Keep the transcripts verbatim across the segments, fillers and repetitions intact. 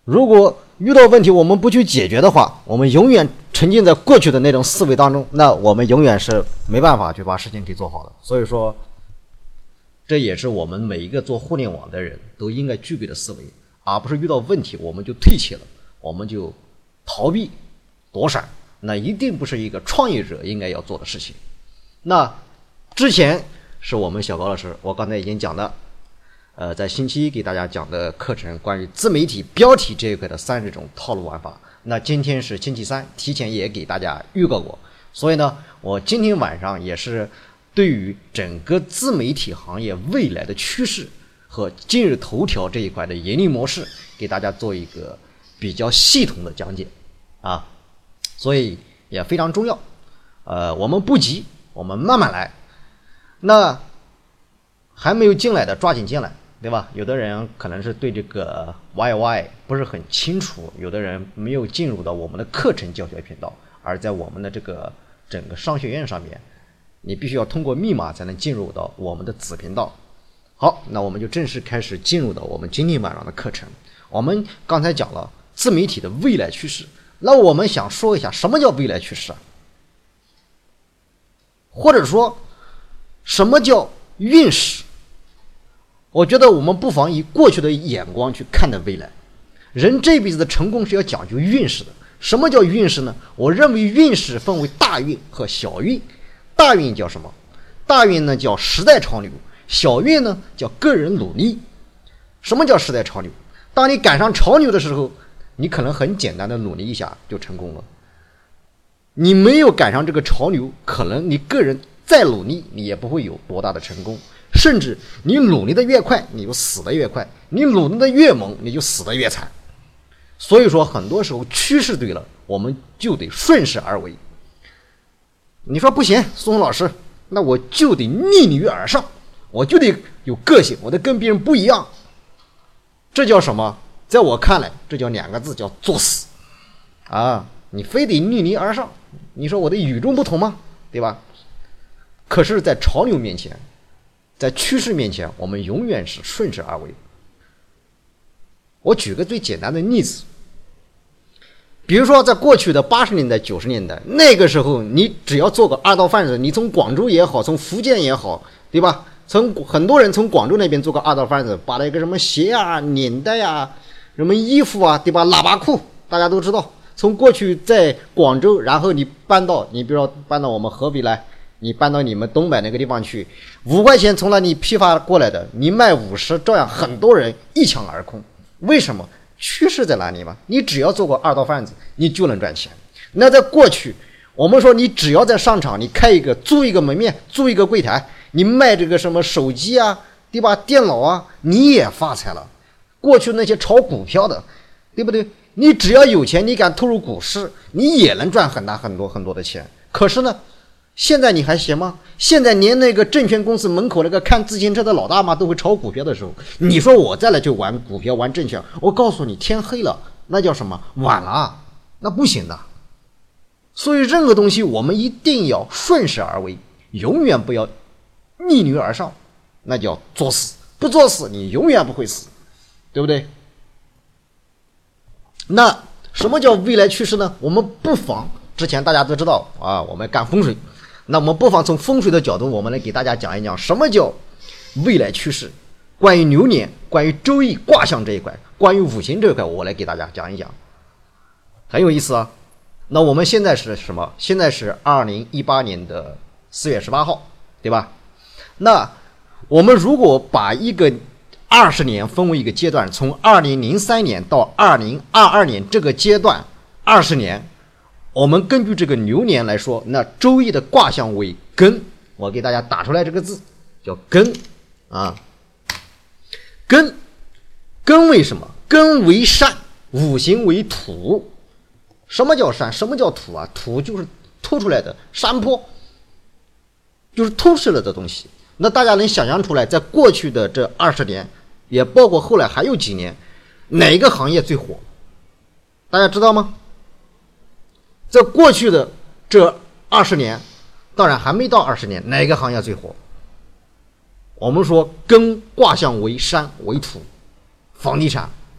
如果遇到问题我们不去解决的话，我们永远沉浸在过去的那种思维当中，那我们永远是没办法去把事情给做好的。所以说这也是我们每一个做互联网的人都应该具备的思维，而不是遇到问题我们就退却了，我们就逃避躲闪，那一定不是一个创业者应该要做的事情。那之前是我们小高老师，我刚才已经讲的呃，在星期一给大家讲的课程，关于自媒体标题这一块的三十种套路玩法。那今天是星期三，提前也给大家预告过，所以呢，我今天晚上也是对于整个自媒体行业未来的趋势和今日头条这一块的盈利模式，给大家做一个比较系统的讲解啊，所以也非常重要。呃，我们不急，我们慢慢来。那还没有进来的抓紧进来，对吧？有的人可能是对这个 Y Y 不是很清楚，有的人没有进入到我们的课程教学频道，而在我们的这个整个商学院上面，你必须要通过密码才能进入到我们的子频道。好，那我们就正式开始进入到我们今天晚上的课程。我们刚才讲了自媒体的未来趋势，那我们想说一下什么叫未来趋势啊？或者说什么叫运势？我觉得我们不妨以过去的眼光去看待未来。人这辈子的成功是要讲究运势的。什么叫运势呢？我认为运势分为大运和小运。大运叫什么？大运呢叫时代潮流，小运呢叫个人努力。什么叫时代潮流？当你赶上潮流的时候，你可能很简单的努力一下就成功了。你没有赶上这个潮流，可能你个人再努力你也不会有多大的成功，甚至你努力的越快你就死得越快，你努力的越猛你就死得越惨。所以说很多时候趋势对了，我们就得顺势而为。你说不行，苏红老师，那我就得逆流而上，我就得有个性，我得跟别人不一样。这叫什么？在我看来这叫两个字，叫作死啊！你非得逆流而上，你说我的与众不同吗？对吧？可是在潮流面前，在趋势面前，我们永远是顺势而为。我举个最简单的例子，比如说在过去的八十年代九十年代，那个时候你只要做个二道贩子，你从广州也好，从福建也好，对吧？从很多人从广州那边做个二道贩子，把那个什么鞋啊、领带啊、什么衣服啊，对吧？喇叭裤大家都知道，从过去在广州，然后你搬到你比如说搬到我们合肥来，你搬到你们东北那个地方去，五块钱从那里批发过来的，你卖五十，照样很多人一抢而空。为什么？趋势在哪里嘛？你只要做过二道贩子，你就能赚钱。那在过去，我们说你只要在商场，你开一个租一个门面，租一个柜台，你卖这个什么手机啊，对吧？电脑啊，你也发财了。过去那些炒股票的，对不对？你只要有钱，你敢投入股市，你也能赚很大很多很多的钱。可是呢，现在你还行吗？现在连那个证券公司门口那个看自行车的老大妈都会炒股票的时候，你说我再来就玩股票玩证券，我告诉你天黑了，那叫什么？晚了，那不行的。所以任何东西我们一定要顺势而为，永远不要逆流而上，那叫作死。不作死你永远不会死，对不对？那什么叫未来趋势呢？我们不妨之前大家都知道啊，我们干风水，那我们不妨从风水的角度，我们来给大家讲一讲什么叫未来趋势。关于流年，关于周易卦象这一块，关于五行这一块，我来给大家讲一讲，很有意思啊。那我们现在是什么？现在是二零一八年的四月十八号，对吧？那我们如果把一个二十年分为一个阶段，从二零零三年到二零二二年这个阶段二十年，我们根据这个流年来说，那周易的卦象为艮，我给大家打出来这个字叫艮啊。艮艮为什么？艮为山，五行为土。什么叫山？什么叫土啊？土就是凸出来的山坡，就是凸出来的东西。那大家能想象出来，在过去的这二十年，也包括后来还有几年，哪一个行业最火？大家知道吗？在过去的这二十年，当然还没到二十年，哪个行业最火？我们说艮卦象为山为土，房地产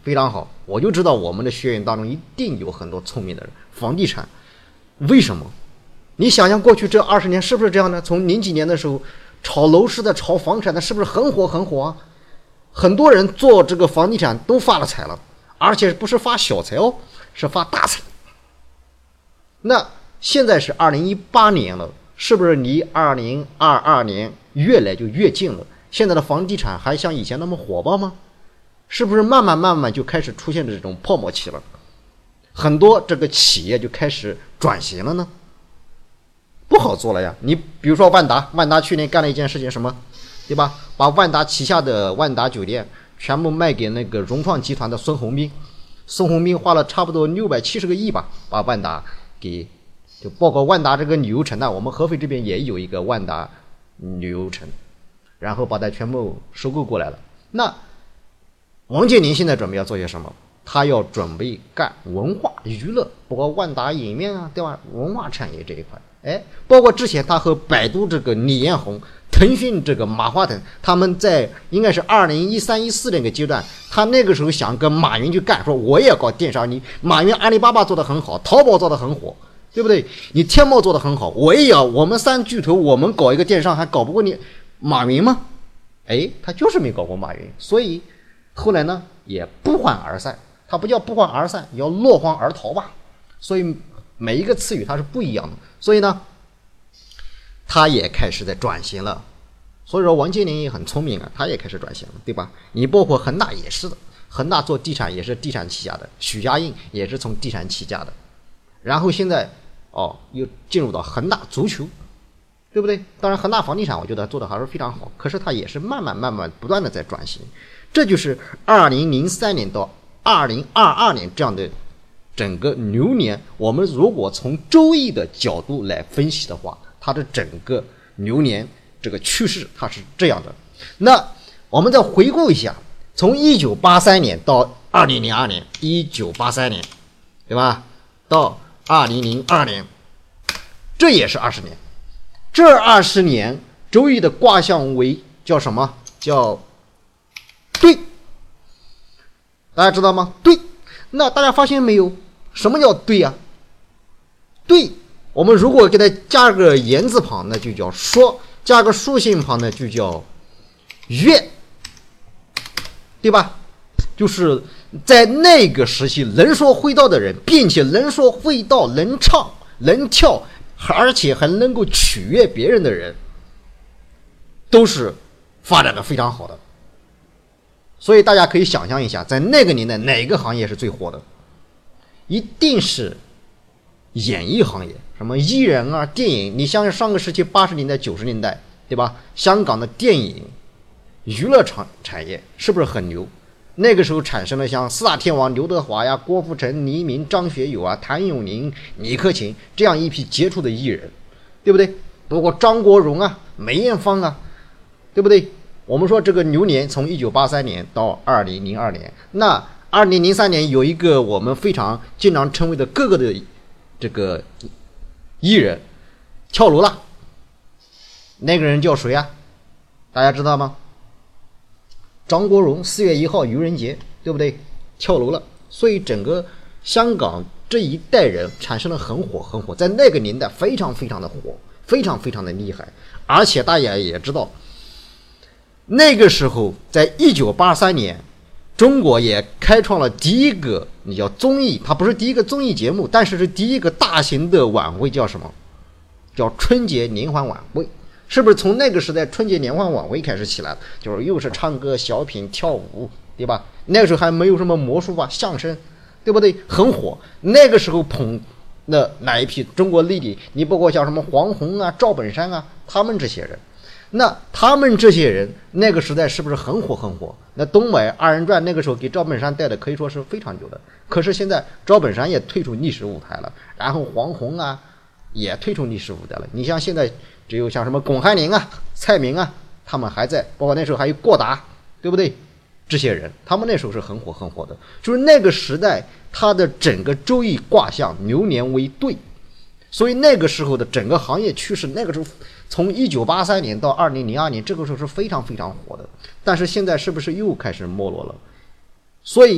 非常好。我就知道我们的学员当中一定有很多聪明的人。房地产为什么？你想想过去这二十年是不是这样呢？从零几年的时候，炒楼市的、炒房产的，是不是很火很火啊？很多人做这个房地产都发了财了，而且不是发小财哦，是发大财。那现在是二零一八年了，是不是离二零二二年越来就越近了？现在的房地产还像以前那么火爆吗？是不是慢慢慢慢就开始出现这种泡沫期了？很多这个企业就开始转型了呢？不好做了呀！你比如说万达，万达去年干了一件事情，什么，对吧？把万达旗下的万达酒店全部卖给那个融创集团的孙宏斌，孙宏斌花了差不多六百七十个亿吧，把万达给，就包括万达这个旅游城呢，我们合肥这边也有一个万达旅游城，然后把它全部收购过来了。那王健林现在准备要做些什么？他要准备干文化娱乐，包括万达影面啊，对吧？文化产业这一块。哎，包括之前他和百度这个李彦宏、腾讯这个马化腾，他们在应该是二零一三一四那个阶段，他那个时候想跟马云去干，说我也要搞电商。你马云阿里巴巴做得很好，淘宝做得很火，对不对？你天猫做得很好，我也要，我们三巨头，我们搞一个电商还搞不过你马云吗？哎，他就是没搞过马云，所以后来呢也不欢而散。他不叫不欢而散，要落荒而逃吧。所以每一个词语它是不一样的，所以呢他也开始在转型了。所以说王健林也很聪明啊，他也开始转型了，对吧？你包括恒大也是的，恒大做地产也是地产起家的，许家印也是从地产起家的，然后现在哦又进入到恒大足球，对不对？当然恒大房地产我觉得做的还是非常好，可是它也是慢慢慢慢不断的在转型。这就是二零零三年到二零二二年这样的整个牛年，我们如果从周易的角度来分析的话，它的整个牛年这个趋势它是这样的。那我们再回顾一下，从一九八三年到二零零二年，一九八三年，对吧？到二零零二年，这也是二十年。这二十年周易的卦象为叫什么？叫兑。大家知道吗？兑。那大家发现没有？什么叫兑啊？兑，我们如果给它加个言字旁，那就叫说；加个竖心旁呢，就叫乐，对吧？就是在那个时期，能说会道的人，并且能说会道、能唱、能跳，而且还能够取悦别人的人，都是发展的非常好的。所以大家可以想象一下，在那个年代哪个行业是最火的？一定是演艺行业，什么艺人啊、电影。你像上个世纪八十年代、九十年代，对吧？香港的电影娱乐产产业是不是很牛？那个时候产生了像四大天王刘德华呀、郭富城、黎明、张学友啊、谭咏麟、李克勤这样一批杰出的艺人，对不对？包括张国荣啊、梅艳芳啊，对不对？我们说这个牛年从一九八三年到二零零二年，那二零零三年有一个我们非常经常称为的各个的这个艺人跳楼了，那个人叫谁啊？大家知道吗？张国荣四月一号愚人节，对不对？跳楼了，所以整个香港这一代人产生了很火很火，在那个年代非常非常的火，非常非常的厉害。而且大家也知道，那个时候在一九八三年中国也开创了第一个你叫综艺，它不是第一个综艺节目，但是是第一个大型的晚会，叫什么？叫春节联欢晚会。是不是从那个时代春节联欢晚会开始起来的？就是又是唱歌、小品、跳舞，对吧？那个时候还没有什么魔术吧、相声，对不对？很火。那个时候捧的哪一批中国内地，你包括像什么黄宏啊、赵本山啊，他们这些人，那他们这些人那个时代是不是很火很火？那东北二人转那个时候给赵本山带的可以说是非常牛的。可是现在赵本山也退出历史舞台了，然后黄宏啊也退出历史舞台了。你像现在只有像什么巩汉林啊、蔡明啊，他们还在，包括那时候还有郭达，对不对？这些人他们那时候是很火很火的。就是那个时代它的整个周易卦象牛年为兑，所以那个时候的整个行业趋势，那个时候从一九八三年到二零零二年，这个时候是非常非常火的。但是现在是不是又开始没落了？所以我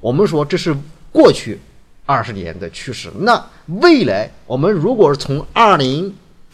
我们说这是过去二十年的趋势。那未来我们如果是从二零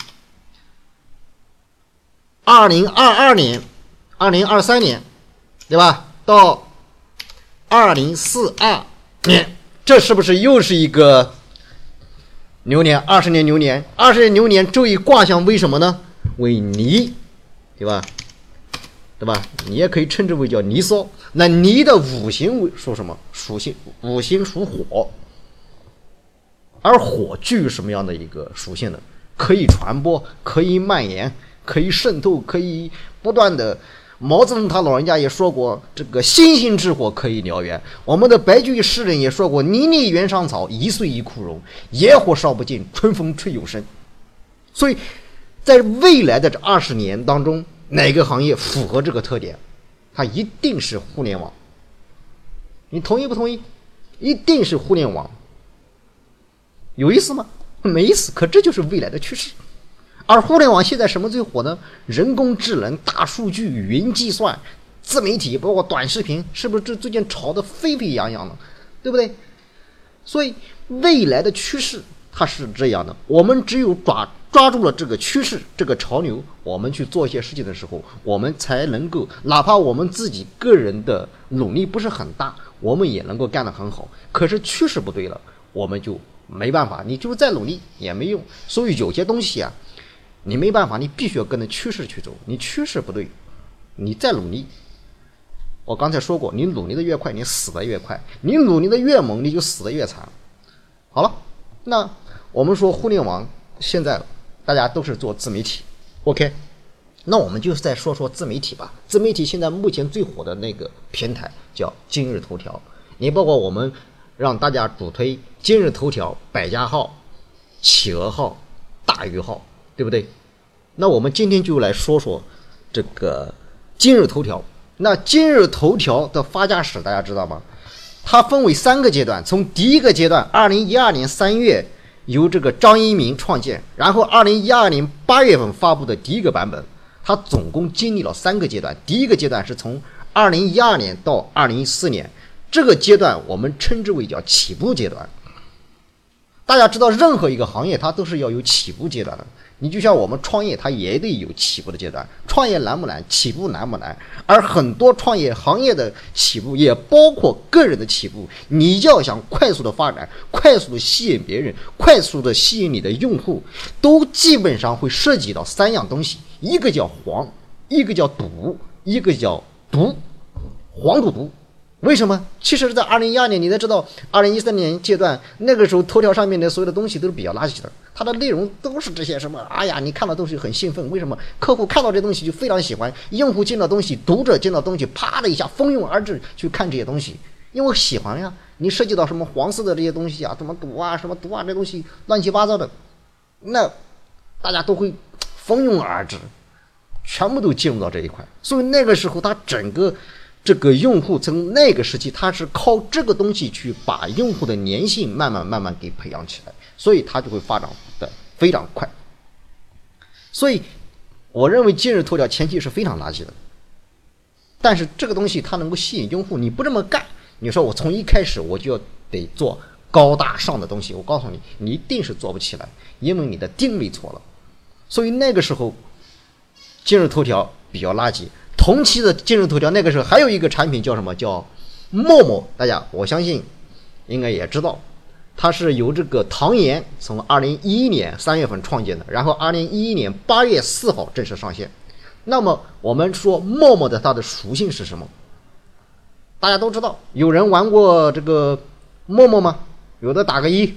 二零二二年、二零二三年，对吧？到二零四二年，这是不是又是一个牛年？二十年牛年，二十年牛年，这一卦象为什么呢？为泥，对吧？对吧？你也可以称之为叫泥骚。那泥的五行为属什么？属性五行属火，而火具有什么样的一个属性呢？可以传播，可以蔓延，可以渗透，可以不断的。毛泽东他老人家也说过，这个星星之火可以燎原。我们的白居易诗人也说过，泥泞原上草，一岁一枯荣。野火烧不尽，春风吹又生。所以在未来的这二十年当中，哪个行业符合这个特点？它一定是互联网。你同意不同意？一定是互联网。有意思吗？没意思。可这就是未来的趋势。而互联网现在什么最火呢？人工智能、大数据、云计算、自媒体，包括短视频，是不是这最近炒得沸沸扬扬的，对不对？所以未来的趋势它是这样的，我们只有抓抓住了这个趋势、这个潮流，我们去做一些事情的时候，我们才能够，哪怕我们自己个人的努力不是很大，我们也能够干得很好。可是趋势不对了，我们就没办法，你就是再努力也没用。所以有些东西啊，你没办法，你必须要跟着趋势去走。你趋势不对，你再努力，我刚才说过，你努力的越快，你死的越快；你努力的越猛，你就死的越惨。好了，那我们说互联网现在大家都是做自媒体 ，OK？ 那我们就再说说自媒体吧。自媒体现在目前最火的那个平台叫今日头条，你包括我们让大家主推今日头条、百家号、企鹅号、大鱼号，对不对？那我们今天就来说说这个今日头条。那今日头条的发家史大家知道吗？它分为三个阶段，从第一个阶段二零一二年三月由这个张一鸣创建，然后二零一二年八月份发布的第一个版本，它总共经历了三个阶段。第一个阶段是从二零一二年到二零一四年，这个阶段我们称之为叫起步阶段。大家知道任何一个行业它都是要有起步阶段的，你就像我们创业它也得有起步的阶段。创业难不难？起步难不难？而很多创业行业的起步也包括个人的起步，你要想快速的发展，快速的吸引别人，快速的吸引你的用户，都基本上会涉及到三样东西，一个叫黄，一个叫赌，一个叫毒。黄赌毒为什么？其实在二零一二年，你才知道二零一三年阶段，那个时候头条上面的所有的东西都是比较垃圾的，它的内容都是这些什么，哎呀，你看到东西很兴奋，为什么？客户看到这东西就非常喜欢，用户见到东西，读者见到东西，啪的一下蜂拥而至去看这些东西，因为喜欢呀。你涉及到什么黄色的这些东西啊，什么赌啊，什么毒啊，这东西乱七八糟的，那大家都会蜂拥而至，全部都进入到这一块。所以那个时候，它整个这个用户从那个时期，他是靠这个东西去把用户的粘性慢慢慢慢给培养起来，所以他就会发展的非常快。所以我认为今日头条前期是非常垃圾的，但是这个东西它能够吸引用户，你不这么干，你说我从一开始我就要得做高大上的东西，我告诉你，你一定是做不起来，因为你的定位错了。所以那个时候今日头条比较垃圾。同期的今日头条那个时候还有一个产品叫什么？叫陌陌。大家我相信应该也知道，它是由这个唐岩从二零一一年三月份创建的，然后二零一一年八月四号正式上线。那么我们说陌陌的它的属性是什么？大家都知道，有人玩过这个陌陌吗？有的打个一。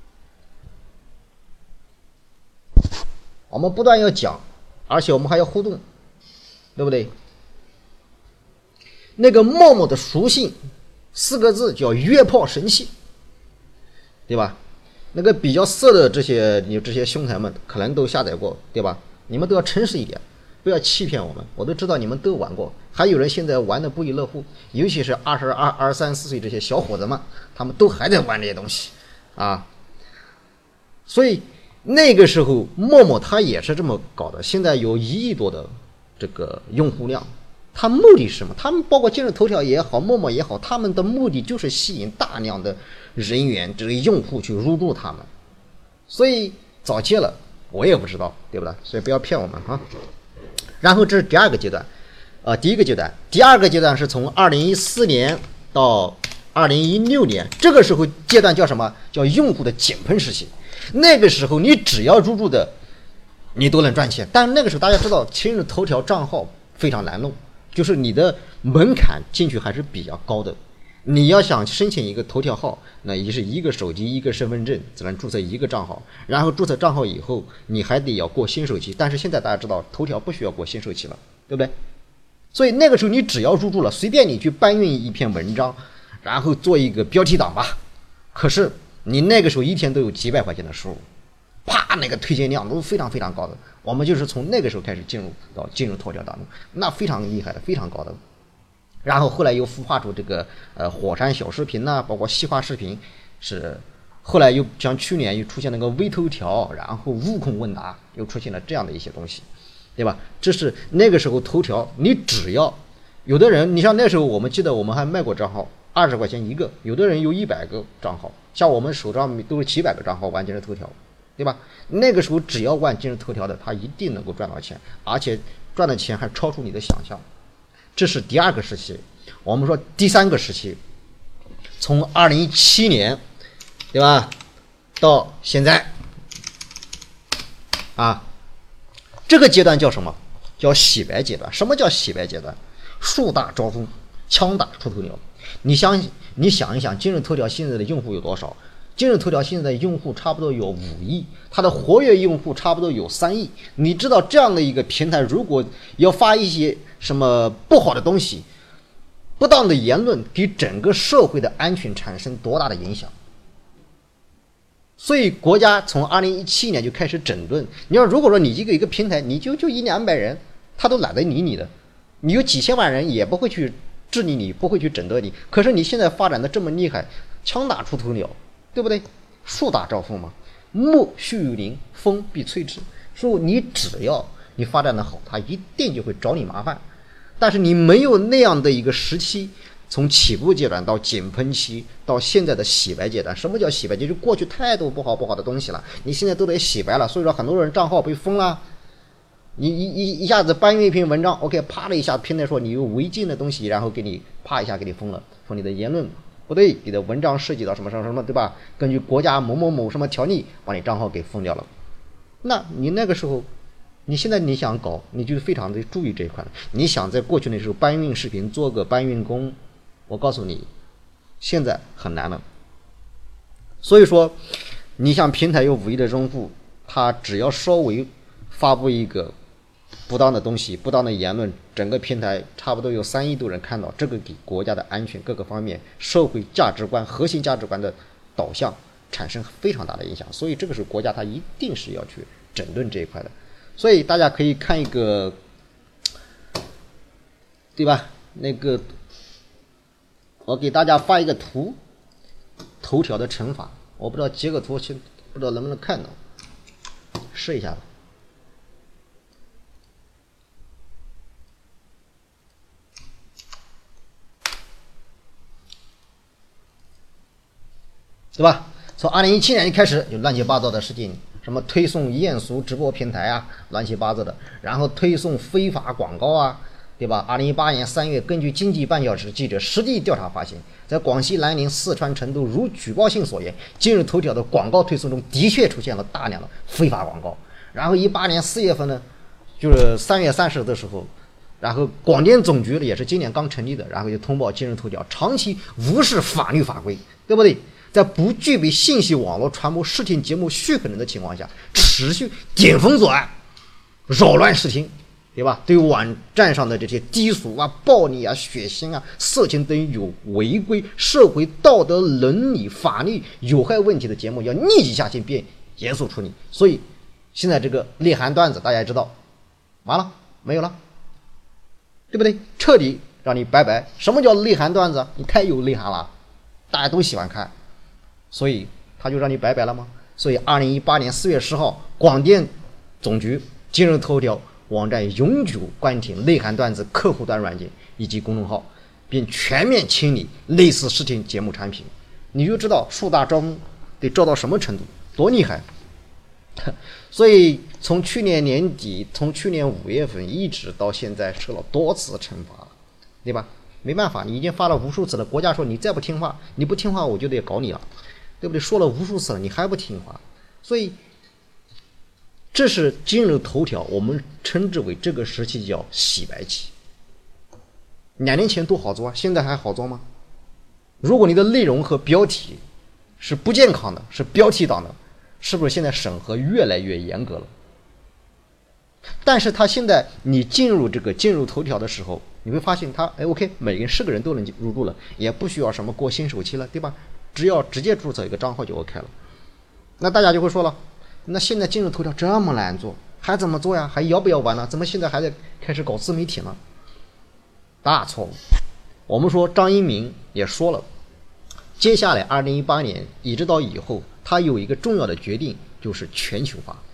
我们不断要讲，而且我们还要互动，对不对？那个陌陌的属性四个字叫约炮神器，对吧？那个比较色的这些你这些兄台们可能都下载过，对吧？你们都要诚实一点，不要欺骗我们，我都知道你们都玩过，还有人现在玩的不亦乐乎，尤其是二十二、二三四岁这些小伙子们，他们都还在玩这些东西啊。所以那个时候陌陌它也是这么搞的，现在有一亿多的这个用户量， 他目的是什么？他们包括今日头条也好，陌陌也好，他们的目的就是吸引大量的人员，这个用户去入驻他们。所以早切了，我也不知道，对不对？所以不要骗我们啊。然后这是第二个阶段，呃，第一个阶段，第二个阶段是从二零一四年到二零一六年，这个时候阶段叫什么？叫用户的井喷时期。那个时候你只要入驻的，你都能赚钱。但是那个时候大家知道，今日头条账号非常难弄。就是你的门槛进去还是比较高的，你要想申请一个头条号，那也是一个手机一个身份证只能注册一个账号，然后注册账号以后你还得要过新手期，但是现在大家知道头条不需要过新手期了，对不对？所以那个时候你只要入驻了，随便你去搬运一篇文章，然后做一个标题党吧，可是你那个时候一天都有几百块钱的收入，啪，那个推荐量都非常非常高的。我们就是从那个时候开始进入到进入头条当中，那非常厉害的，非常高的。然后后来又孵化出这个呃火山小视频呐、啊，包括细化视频，是后来又像去年又出现那个微头条，然后悟空问答，又出现了这样的一些东西，对吧？这是那个时候头条，你只要有的人，你像那时候我们记得我们还卖过账号，二十块钱一个，有的人有一百个账号，像我们手上都是几百个账号玩今日头条。对吧？那个时候只要玩今日头条的，他一定能够赚到钱，而且赚的钱还超出你的想象。这是第二个时期。我们说第三个时期，从二零一七年，对吧，到现在，啊，这个阶段叫什么？叫洗白阶段。什么叫洗白阶段？树大招风，枪打出头鸟。你想，你想一想，今日头条现在的用户有多少？今日头条现在的用户差不多有五亿，它的活跃用户差不多有三亿。你知道这样的一个平台，如果要发一些什么不好的东西、不当的言论，给整个社会的安全产生多大的影响？所以国家从二零一七年就开始整顿。你要如果说你一个一个平台，你就就一两百人，他都懒得理你的，你有几千万人也不会去治理你，不会去整顿你。可是你现在发展的这么厉害，枪打出头鸟。对不对？树大招风嘛，木须有灵，风必摧之。说你只要你发展的好，他一定就会找你麻烦。但是你没有那样的一个时期，从起步阶段到井喷期，到现在的洗白阶段。什么叫洗白？就是过去太多不好不好的东西了，你现在都得洗白了。所以说很多人账号被封了，你一一一下子搬运一篇文章 ，OK， 啪的一下，平台说你有违禁的东西，然后给你啪一下给你封了，说你的言论不对，你的文章涉及到什么什么什么，对吧？根据国家某某某什么条例，把你账号给封掉了。那你那个时候，你现在你想搞，你就非常的注意这一块了。你想在过去那时候搬运视频做个搬运工，我告诉你，现在很难了。所以说，你像平台有五亿的用户，他只要稍微发布一个不当的东西、不当的言论，整个平台差不多有三亿多人看到，这个给国家的安全各个方面、社会价值观、核心价值观的导向产生非常大的影响。所以这个时候国家它一定是要去整顿这一块的。所以大家可以看一个，对吧？那个我给大家发一个图，头条的乘法，我不知道截个图，不知道能不能看到，试一下吧。对吧？从二零一七年就开始有乱七八糟的事情，什么推送艳俗直播平台啊，乱七八糟的，然后推送非法广告啊，对吧？二零一八年三月，根据经济半小时记者实地调查发现，在广西南宁、四川成都，如举报信所言，今日头条的广告推送中的确出现了大量的非法广告。然后一八年四月份呢，就是三月三十的时候，然后广电总局也是今年刚成立的，然后就通报今日头条长期无视法律法规，对不对？在不具备信息网络传播视听节目许可证的情况下，持续点封作案，扰乱视听，对吧？对网站上的这些低俗啊、暴力啊、血腥啊、色情等有违规社会道德伦理法律有害问题的节目，要立即下线并严肃处理。所以现在这个内涵段子大家也知道，完了没有了，对不对？彻底让你拜拜。什么叫内涵段子？你太有内涵了，大家都喜欢看。所以他就让你拜拜了吗？所以二零一八年四月十号，广电总局今日头条网站永久关停内涵段子客户端软件以及公众号，并全面清理类似视听节目产品。你就知道树大招风得招到什么程度，多厉害。所以从去年年底，从去年五月份一直到现在，受了多次惩罚，对吧？没办法，你已经发了无数次了，国家说你再不听话，你不听话我就得搞你了，对不对？说了无数次了，你还不听话，所以这是今日头条，我们称之为这个时期叫洗白期。两年前多好做啊，现在还好做吗？如果你的内容和标题是不健康的，是标题党的，是不是现在审核越来越严格了？但是他现在你进入这个进入头条的时候，你会发现他哎 OK， 每个人是个人都能入驻了，也不需要什么过新手期了，对吧？只要直接注册一个账号就 OK 了。那大家就会说了，那现在进入头条这么难做，还怎么做呀？还要不要玩呢？怎么现在还在开始搞自媒体呢？大错误。我们说张一鸣也说了，接下来二零一八年一直到以后，他有一个重要的决定，就是全球化。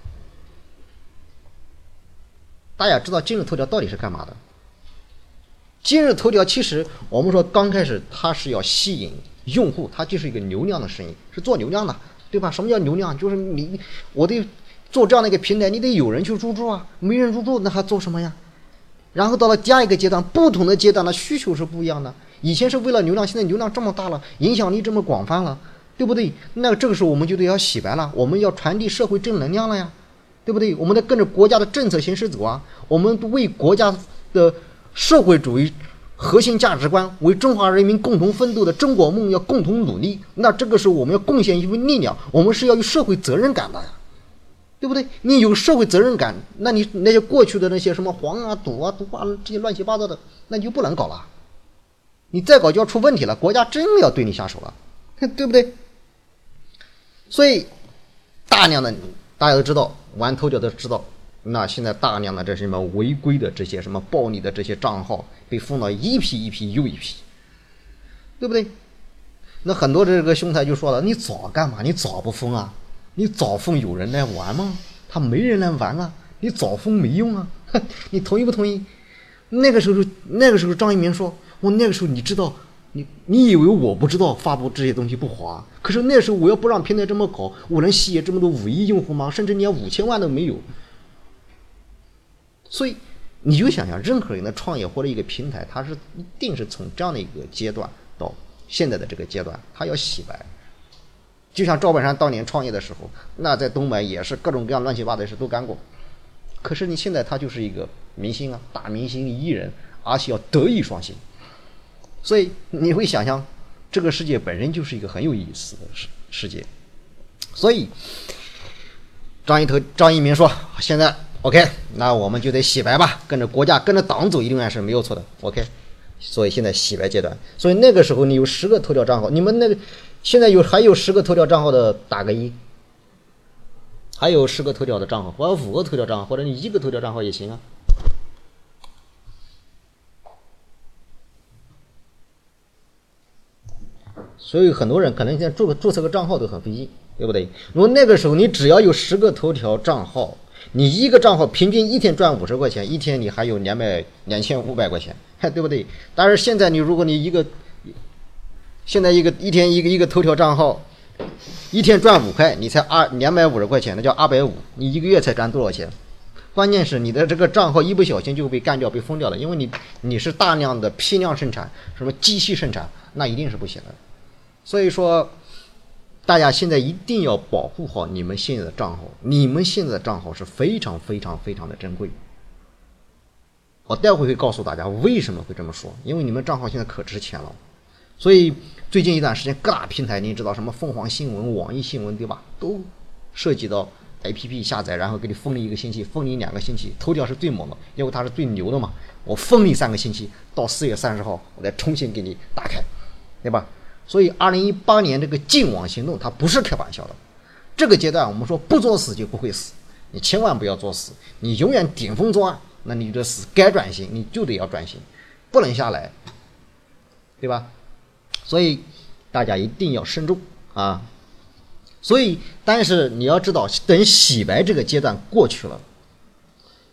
大家知道今日头条到底是干嘛的？今日头条其实我们说刚开始它是要吸引用户，它就是一个流量的生意，是做流量的，对吧？什么叫流量？就是你我得做这样的一个平台，你得有人去入驻啊，没人入驻那还做什么呀？然后到了第二个阶段，不同的阶段的需求是不一样的。以前是为了流量，现在流量这么大了，影响力这么广泛了，对不对？那这个时候我们就得要洗白了，我们要传递社会正能量了呀，对不对？我们得跟着国家的政策形势走啊，我们为国家的社会主义核心价值观，为中华人民共同奋斗的中国梦要共同努力。那这个时候我们要贡献一份力量，我们是要有社会责任感的呀，对不对？你有社会责任感，那你那些过去的那些什么黄啊、赌啊、毒啊这些乱七八糟的，那你就不能搞了。你再搞就要出问题了，国家真的要对你下手了，对不对？所以大量的大家都知道，玩头条都知道，那现在大量的这什么违规的这些什么暴力的这些账号被封了一批一批又一批，对不对？那很多这个兄台就说了，你早干嘛？你早不封啊？你早封有人来玩吗？他没人来玩啊，你早封没用啊。你同意不同意？那个时候那个时候张一鸣说，我那个时候你知道，你你以为我不知道发布这些东西不滑？可是那时候我要不让平台这么搞，我能吸引这么多五亿用户吗？甚至连五千万都没有。所以你就想想，任何人的创业或者一个平台，它是一定是从这样的一个阶段到现在的这个阶段，它要洗白。就像赵本山当年创业的时候，那在东北也是各种各样乱七八糟的事都干过。可是你现在他就是一个明星啊，大明星艺人，而且要德艺双馨。所以你会想象，这个世界本身就是一个很有意思的世世界。所以张一头张一鸣说，现在 OK， 那我们就得洗白吧，跟着国家跟着党走，一定是没有错的 OK。 所以现在洗白阶段，所以那个时候你有十个头条账号，你们那个现在有还有十个头条账号的打个一，还有十个头条的账号，或者五个头条账号，或者你一个头条账号也行啊。所以很多人可能现在注注册个账号都很费劲，对不对？如果那个时候你只要有十个头条账号，你一个账号平均一天赚五十块钱，一天你还有两百两千五百块钱，对不对？但是现在你如果你一个现在一个一天一个一个头条账号，一天赚五块，你才二两百五十块钱，那叫二百五，你一个月才赚多少钱？关键是你的这个账号一不小心就被干掉、被封掉了，因为你你是大量的批量生产，什么机器生产，那一定是不行的。所以说，大家现在一定要保护好你们现在的账号，你们现在的账号是非常非常非常的珍贵。我待会会告诉大家为什么会这么说，因为你们账号现在可值钱了。所以最近一段时间各大平台，你知道什么凤凰新闻、网易新闻，对吧？都涉及到 A P P 下载，然后给你封你一个星期，封你两个星期。头条是最猛的，因为它是最牛的嘛。我封你三个星期，到四月三十号我再重新给你打开，对吧？所以二零一八年这个净网行动它不是开玩笑的。这个阶段我们说不作死就不会死，你千万不要作死，你永远顶风作案，那你这死该转型你就得要转型，不能下来，对吧？所以大家一定要慎重啊！所以但是你要知道，等洗白这个阶段过去了，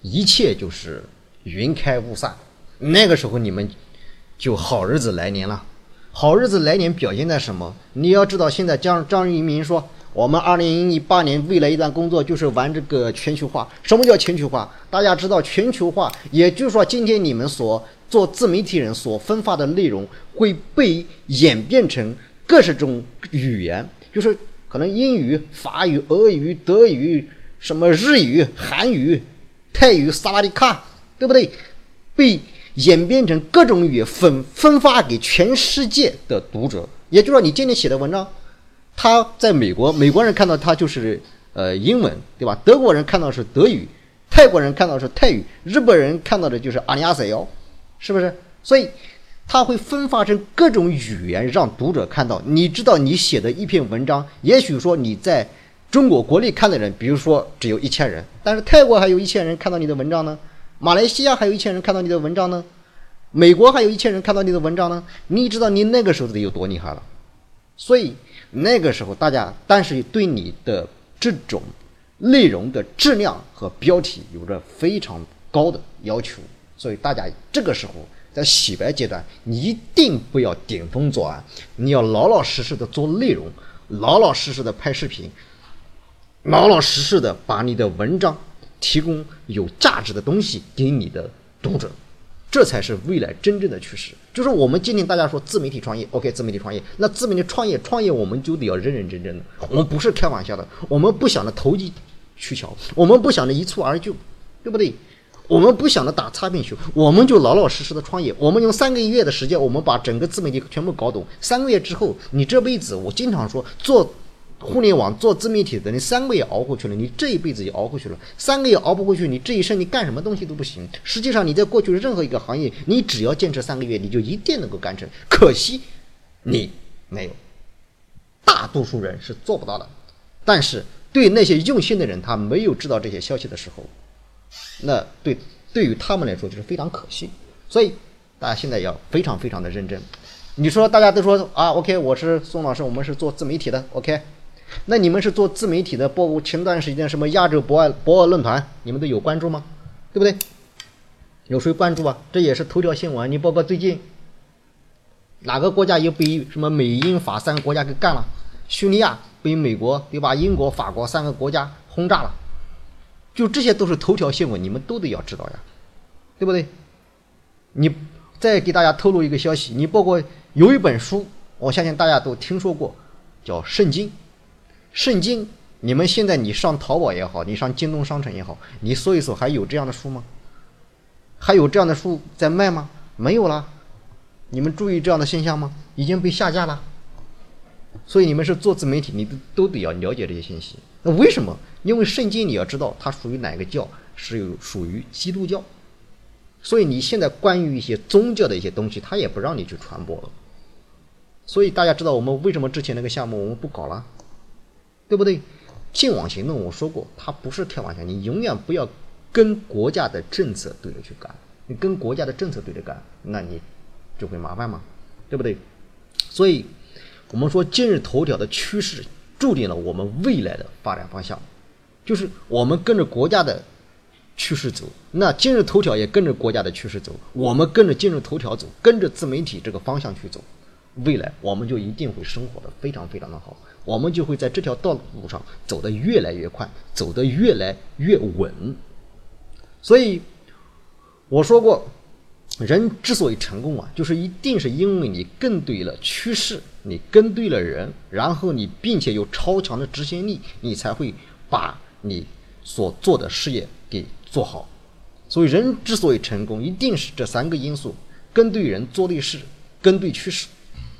一切就是云开雾散，那个时候你们就好日子来年了。好日子来年表现在什么？你要知道，现在张张一鸣说，我们二零一八年未来一段工作就是玩这个全球化。什么叫全球化？大家知道全球化，也就是说，今天你们所做自媒体人所分发的内容会被演变成各式种语言，就是可能英语、法语、俄语、德语、什么日语、韩语、泰语、萨瓦迪卡，对不对？被演变成各种语言分分发给全世界的读者。也就是说，你今天写的文章，他在美国，美国人看到他就是呃英文，对吧？德国人看到是德语，泰国人看到是泰语，日本人看到的就是阿尼亚塞哟，是不是？所以他会分发成各种语言让读者看到。你知道你写的一篇文章，也许说你在中国国内看的人，比如说只有一千人，但是泰国还有一千人看到你的文章呢，马来西亚还有一千人看到你的文章呢，美国还有一千人看到你的文章呢。你知道你那个时候得有多厉害了。所以那个时候大家，但是对你的这种内容的质量和标题有着非常高的要求。所以大家这个时候在洗白阶段，你一定不要顶风作案，你要老老实实的做内容，老老实实的拍视频，老老实实的把你的文章提供有价值的东西给你的读者，这才是未来真正的趋势。就是我们今天大家说自媒体创业 OK， 自媒体创业，那自媒体创业创业我们就得要认认真真的，我们不是开玩笑的，我们不想着投机取巧，我们不想着一蹴而就，对不对？我们不想着打擦边球，我们就老老实实的创业。我们用三个月的时间，我们把整个自媒体全部搞懂。三个月之后，你这辈子，我经常说，做互联网、做自媒体的，你三个月熬过去了，你这一辈子也熬过去了。三个月熬不过去，你这一生你干什么东西都不行。实际上，你在过去任何一个行业，你只要坚持三个月，你就一定能够干成。可惜你没有，大多数人是做不到的。但是对那些用心的人，他没有知道这些消息的时候，那对对于他们来说就是非常可惜。所以大家现在要非常非常的认真。你说大家都说啊 OK， 我是宋老师，我们是做自媒体的 OK， 那你们是做自媒体的，包括前段时间什么亚洲博爱博鳌论坛，你们都有关注吗？对不对？有谁关注啊？这也是头条新闻。你包括最近哪个国家又被什么美英法三个国家给干了，叙利亚被美国对吧，英国法国三个国家轰炸了，就这些都是头条新闻，你们都得要知道呀，对不对？你再给大家透露一个消息，你包括有一本书，我相信大家都听说过，叫《圣经》。圣经，你们现在你上淘宝也好，你上京东商城也好，你搜一搜，还有这样的书吗？还有这样的书在卖吗？没有了。你们注意这样的现象吗？已经被下架了。所以你们是做自媒体，你都得要了解这些信息。那为什么？因为圣经你要知道它属于哪个教，是有属于基督教。所以你现在关于一些宗教的一些东西，它也不让你去传播了。所以大家知道我们为什么之前那个项目我们不搞了，对不对？净网行动我说过，它不是开玩笑，你永远不要跟国家的政策对着去干。你跟国家的政策对着干，那你就会麻烦嘛，对不对？所以我们说今日头条的趋势注定了我们未来的发展方向，就是我们跟着国家的趋势走，那今日头条也跟着国家的趋势走，我们跟着今日头条走，跟着自媒体这个方向去走，未来我们就一定会生活的非常非常的好，我们就会在这条道路上走得越来越快，走得越来越稳。所以我说过，人之所以成功啊，就是一定是因为你跟对了趋势，你跟对了人，然后你并且有超强的执行力，你才会把你所做的事业给做好。所以人之所以成功，一定是这三个因素：跟对人，做对事，跟对趋势。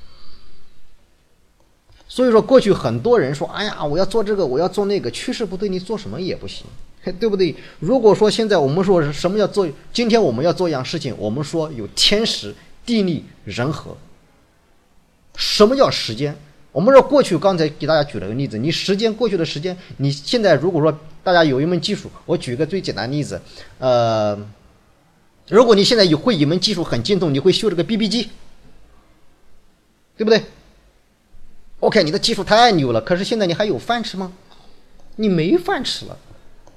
所以说过去很多人说，哎呀，我要做这个，我要做那个，趋势不对，你做什么也不行，对不对？如果说现在我们说什么要做，今天我们要做一样事情，我们说有天时地利人和。什么叫时间？我们说过去刚才给大家举了个例子，你时间过去的时间，你现在如果说大家有一门技术，我举个最简单的例子，呃，如果你现在有会一门技术很精通，你会修这个 B B 机，对不对？OK， 你的技术太牛了，可是现在你还有饭吃吗？你没饭吃了。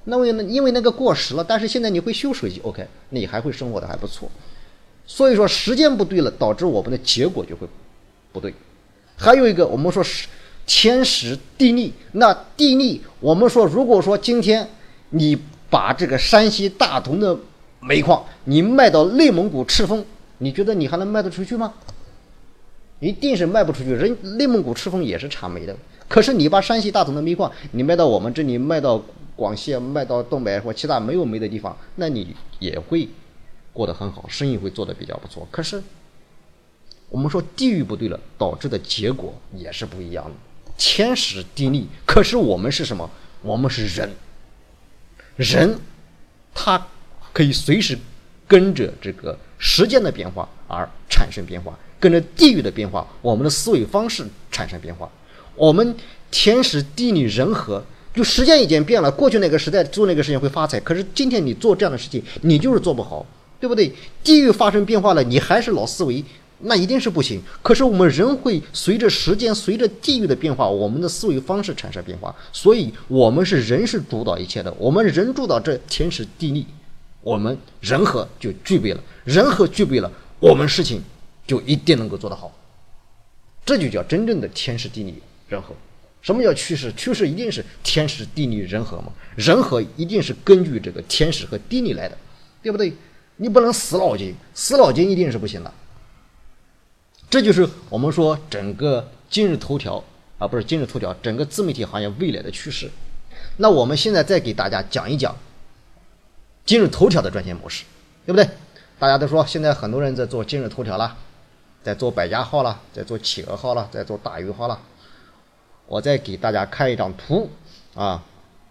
那为因为那个过时了，但是现在你会修手机 ，OK， 你还会生活的还不错。所以说时间不对了，导致我们的结果就会不对。还有一个，我们说是天时地利，那地利，我们说如果说今天你把这个山西大同的煤矿你卖到内蒙古赤峰，你觉得你还能卖得出去吗？一定是卖不出去。人内蒙古赤峰也是产煤的，可是你把山西大同的煤矿你卖到我们这里，卖到广西，卖到东北或其他没有煤的地方，那你也会过得很好，生意会做得比较不错。可是我们说地域不对了，导致的结果也是不一样的。天时地利，可是我们是什么？我们是人，人他可以随时跟着这个时间的变化而产生变化，跟着地域的变化，我们的思维方式产生变化。我们天时地利人和，就时间已经变了，过去那个时代做那个事情会发财，可是今天你做这样的事情你就是做不好，对不对？地域发生变化了，你还是老思维，那一定是不行。可是我们人会随着时间随着地域的变化，我们的思维方式产生变化，所以我们是人是主导一切的，我们人主导这天时地利，我们人和就具备了，人和具备了，我们事情就一定能够做得好。这就叫真正的天时地利人和。什么叫趋势？趋势一定是天时地利人和嘛，人和一定是根据这个天时和地利来的，对不对？你不能死脑筋，死脑筋一定是不行的。这就是我们说整个今日头条啊，不是今日头条，整个自媒体行业未来的趋势。那我们现在再给大家讲一讲今日头条的赚钱模式，对不对？大家都说现在很多人在做今日头条啦，在做百家号啦，在做企鹅号啦，在做大鱼号啦。我再给大家看一张图啊，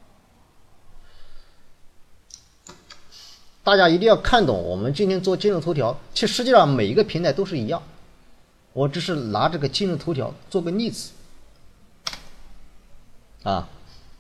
大家一定要看懂我们今天做今日头条，其实实际上每一个平台都是一样，我只是拿这个今日头条做个例子啊。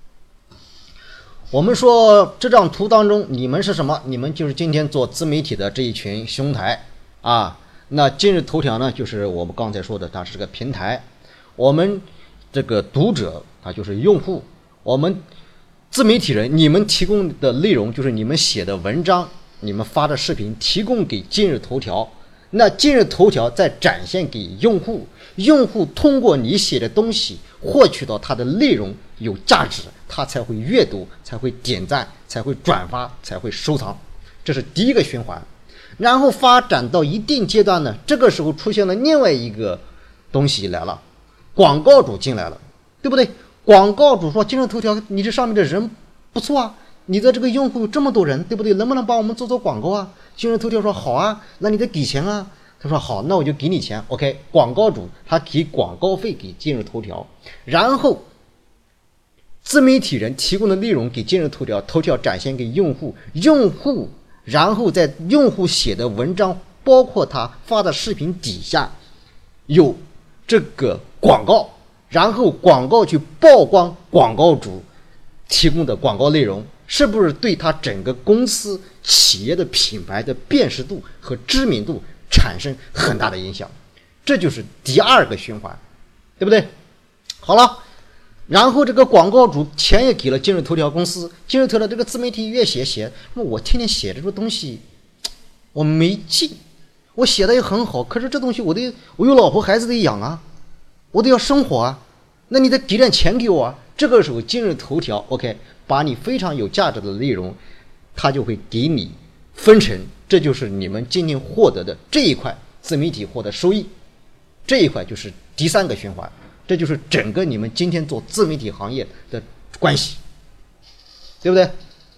我们说这张图当中你们是什么？你们就是今天做自媒体的这一群兄台啊。那今日头条呢，就是我们刚才说的，它是个平台，我们这个读者他就是用户，我们自媒体人你们提供的内容就是你们写的文章，你们发的视频提供给今日头条，那今日头条再展现给用户，用户通过你写的东西获取到它的内容有价值，他才会阅读，才会点赞，才会转发，才会收藏，这是第一个循环。然后发展到一定阶段呢，这个时候出现了另外一个东西来了，广告主进来了，对不对？广告主说今日头条你这上面的人不错啊，你的这个用户有这么多人，对不对？能不能帮我们做做广告啊？今日头条说好啊，那你得给钱啊。他说好，那我就给你钱 OK。 广告主他给广告费给今日头条，然后自媒体人提供的内容给今日头条，头条展现给用户，用户然后在用户写的文章包括他发的视频底下有这个广告，然后广告去曝光广告主提供的广告内容，是不是对他整个公司企业的品牌的辨识度和知名度产生很大的影响？这就是第二个循环，对不对？好了，然后这个广告主钱也给了今日头条公司，今日头条这个自媒体越写写，那我天天写这个东西我没劲，我写的也很好，可是这东西我得我有老婆孩子得养啊，我得要生活啊，那你得给点钱给我啊。这个时候今日头条 OK 把你非常有价值的内容他就会给你分成，这就是你们今天获得的这一块自媒体获得收益，这一块就是第三个循环，这就是整个你们今天做自媒体行业的关系，对不对？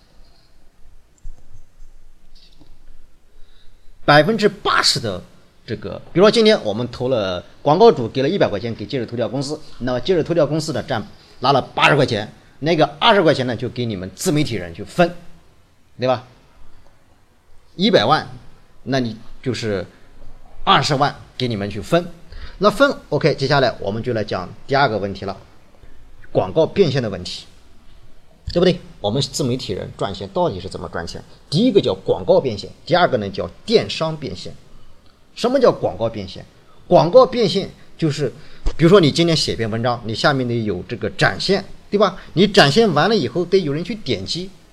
百分之八十的这个，比如说今天我们投了广告主给了一百块钱给今日头条公司，那么今日头条公司呢占拿了八十块钱，那个二十块钱呢就给你们自媒体人去分，对吧？一百万，那你就是二十万给你们去分。那分 OK， 接下来我们就来讲第二个问题了，广告变现的问题，对不对？我们自媒体人赚钱到底是怎么赚钱？第一个叫广告变现，第二个呢叫电商变现。什么叫广告变现？广告变现就是比如说你今天写篇文章，你下面得有这个展现，对吧？你展现完了以后得有人去点击，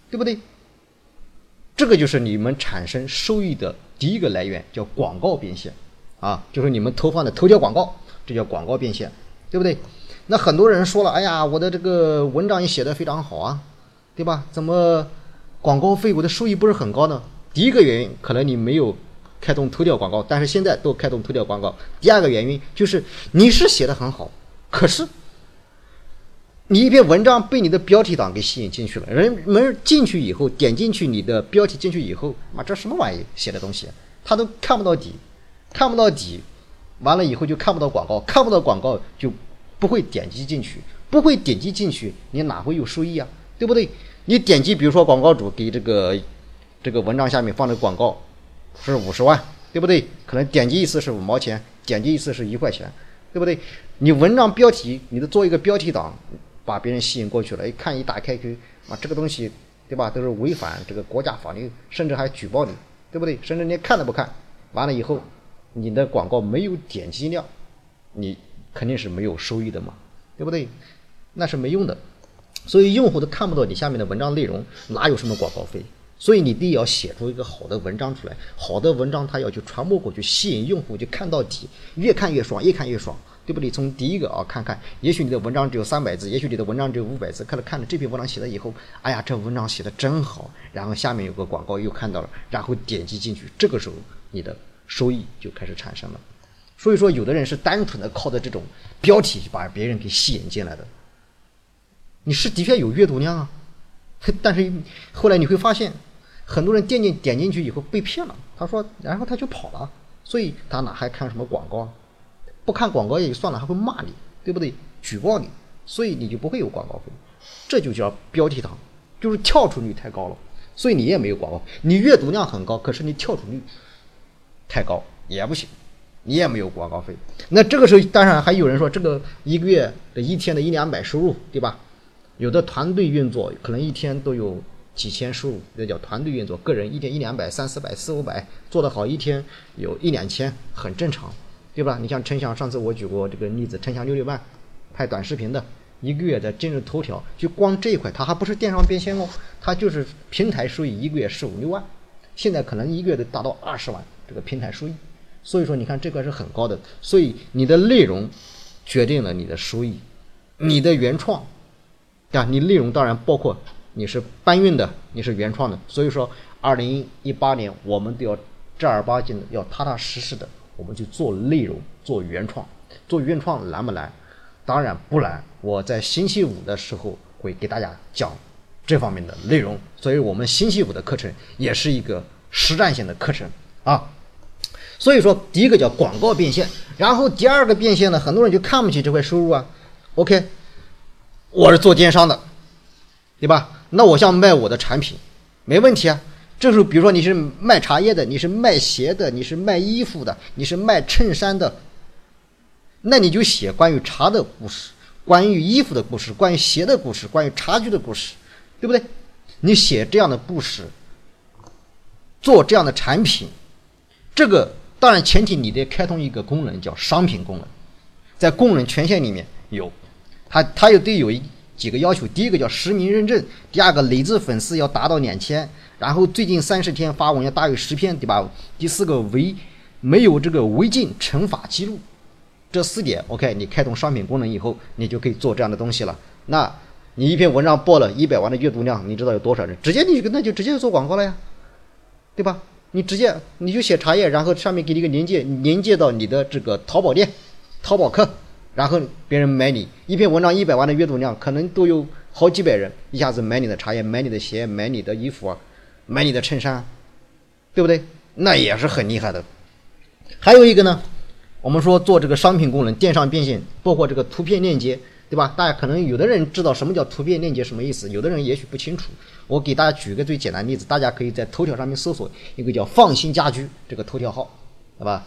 对不对？这个就是你们产生收益的第一个来源，叫广告变现啊，就是你们投放的头条广告，这叫广告变现，对不对？那很多人说了，哎呀，我的这个文章也写得非常好啊，对吧？怎么广告费我的收益不是很高呢？第一个原因可能你没有开通头条广告，但是现在都开通头条广告。第二个原因就是你是写得很好，可是你一篇文章被你的标题党给吸引进去了，人们进去以后点进去你的标题进去以后，妈这什么玩意写的东西，他都看不到底，看不到底，完了以后就看不到广告，看不到广告就不会点击进去，不会点击进去，你哪会有收益啊？对不对？你点击，比如说广告主给这个这个文章下面放的广告是五十万，对不对？可能点击一次是五毛钱，点击一次是一块钱，对不对？你文章标题，你的做一个标题党，把别人吸引过去了，一看一打开去啊，这个东西对吧，都是违反这个国家法律，甚至还举报你，对不对？甚至连看都不看，完了以后你的广告没有点击量，你肯定是没有收益的嘛，对不对？那是没用的，所以用户都看不到你下面的文章内容，哪有什么广告费？所以你第一要写出一个好的文章出来，好的文章它要去传播过去，吸引用户就看到底，越看越爽，越看越爽，对不对？从第一个啊看看，也许你的文章只有三百字，也许你的文章只有五百字，看了看了这篇文章写了以后，哎呀，这文章写的真好，然后下面有个广告又看到了，然后点击进去，这个时候你的收益就开始产生了。所以说有的人是单纯的靠着这种标题把别人给吸引进来的，你是的确有阅读量啊，但是后来你会发现很多人点进点进去以后被骗了，他说然后他就跑了，所以他哪还看什么广告啊？不看广告也就算了，还会骂你，对不对？举报你，所以你就不会有广告费，这就叫标题党，就是跳出率太高了，所以你也没有广告，你阅读量很高，可是你跳出率太高也不行，你也没有广告费。那这个时候当然还有人说这个一个月的一天的一两百收入，对吧？有的团队运作可能一天都有几千收入，这叫团队运作，个人一天一两百三四百四五百做得好，一天有一两千很正常，对吧？你像陈翔，上次我举过这个例子，陈翔六六万拍短视频的，一个月在今日头条就光这一块，他还不是电商变现哦，他就是平台收益一个月是五六万，现在可能一个月得达到二十万这个平台收益，所以说你看这块是很高的，所以你的内容决定了你的收益，你的原创啊，你内容当然包括你是搬运的，你是原创的，所以说二零一八年我们都要正儿八经的要踏踏实实的我们去做内容，做原创。做原创难不难？当然不难，我在星期五的时候会给大家讲这方面的内容，所以我们星期五的课程也是一个实战性的课程啊。所以说第一个叫广告变现，然后第二个变现呢，很多人就看不起这块收入啊。 OK， 我是做电商的，对吧？那我想卖我的产品没问题啊。这时候比如说你是卖茶叶的，你是卖鞋的，你是卖衣服的，你是卖衬衫的，那你就写关于茶的故事，关于衣服的故事，关于鞋的故事，关于茶具的故事，对不对？你写这样的故事，做这样的产品，这个当然前提你得开通一个功能叫商品功能，在功能权限里面有它它又得有一几个要求，第一个叫实名认证，第二个累计粉丝要达到两千，然后最近三十天发文要大于十篇，对吧？第四个违没有这个违禁惩罚记录，这四点 OK， 你开通商品功能以后，你就可以做这样的东西了。那你一篇文章报了一百万的阅读量，你知道有多少人？直接你那就直接做广告了呀，对吧？你直接你就写茶叶，然后上面给你一个连接，连接到你的这个淘宝店、淘宝客。然后别人买你一篇文章一百万的阅读量，可能都有好几百人一下子买你的茶叶，买你的鞋，买你的衣服啊，买你的衬衫，对不对？那也是很厉害的。还有一个呢，我们说做这个商品功能电商变现，包括这个图片链接，对吧？大家可能有的人知道什么叫图片链接什么意思，有的人也许不清楚。我给大家举一个最简单的例子，大家可以在头条上面搜索一个叫放心家居这个头条号，对吧？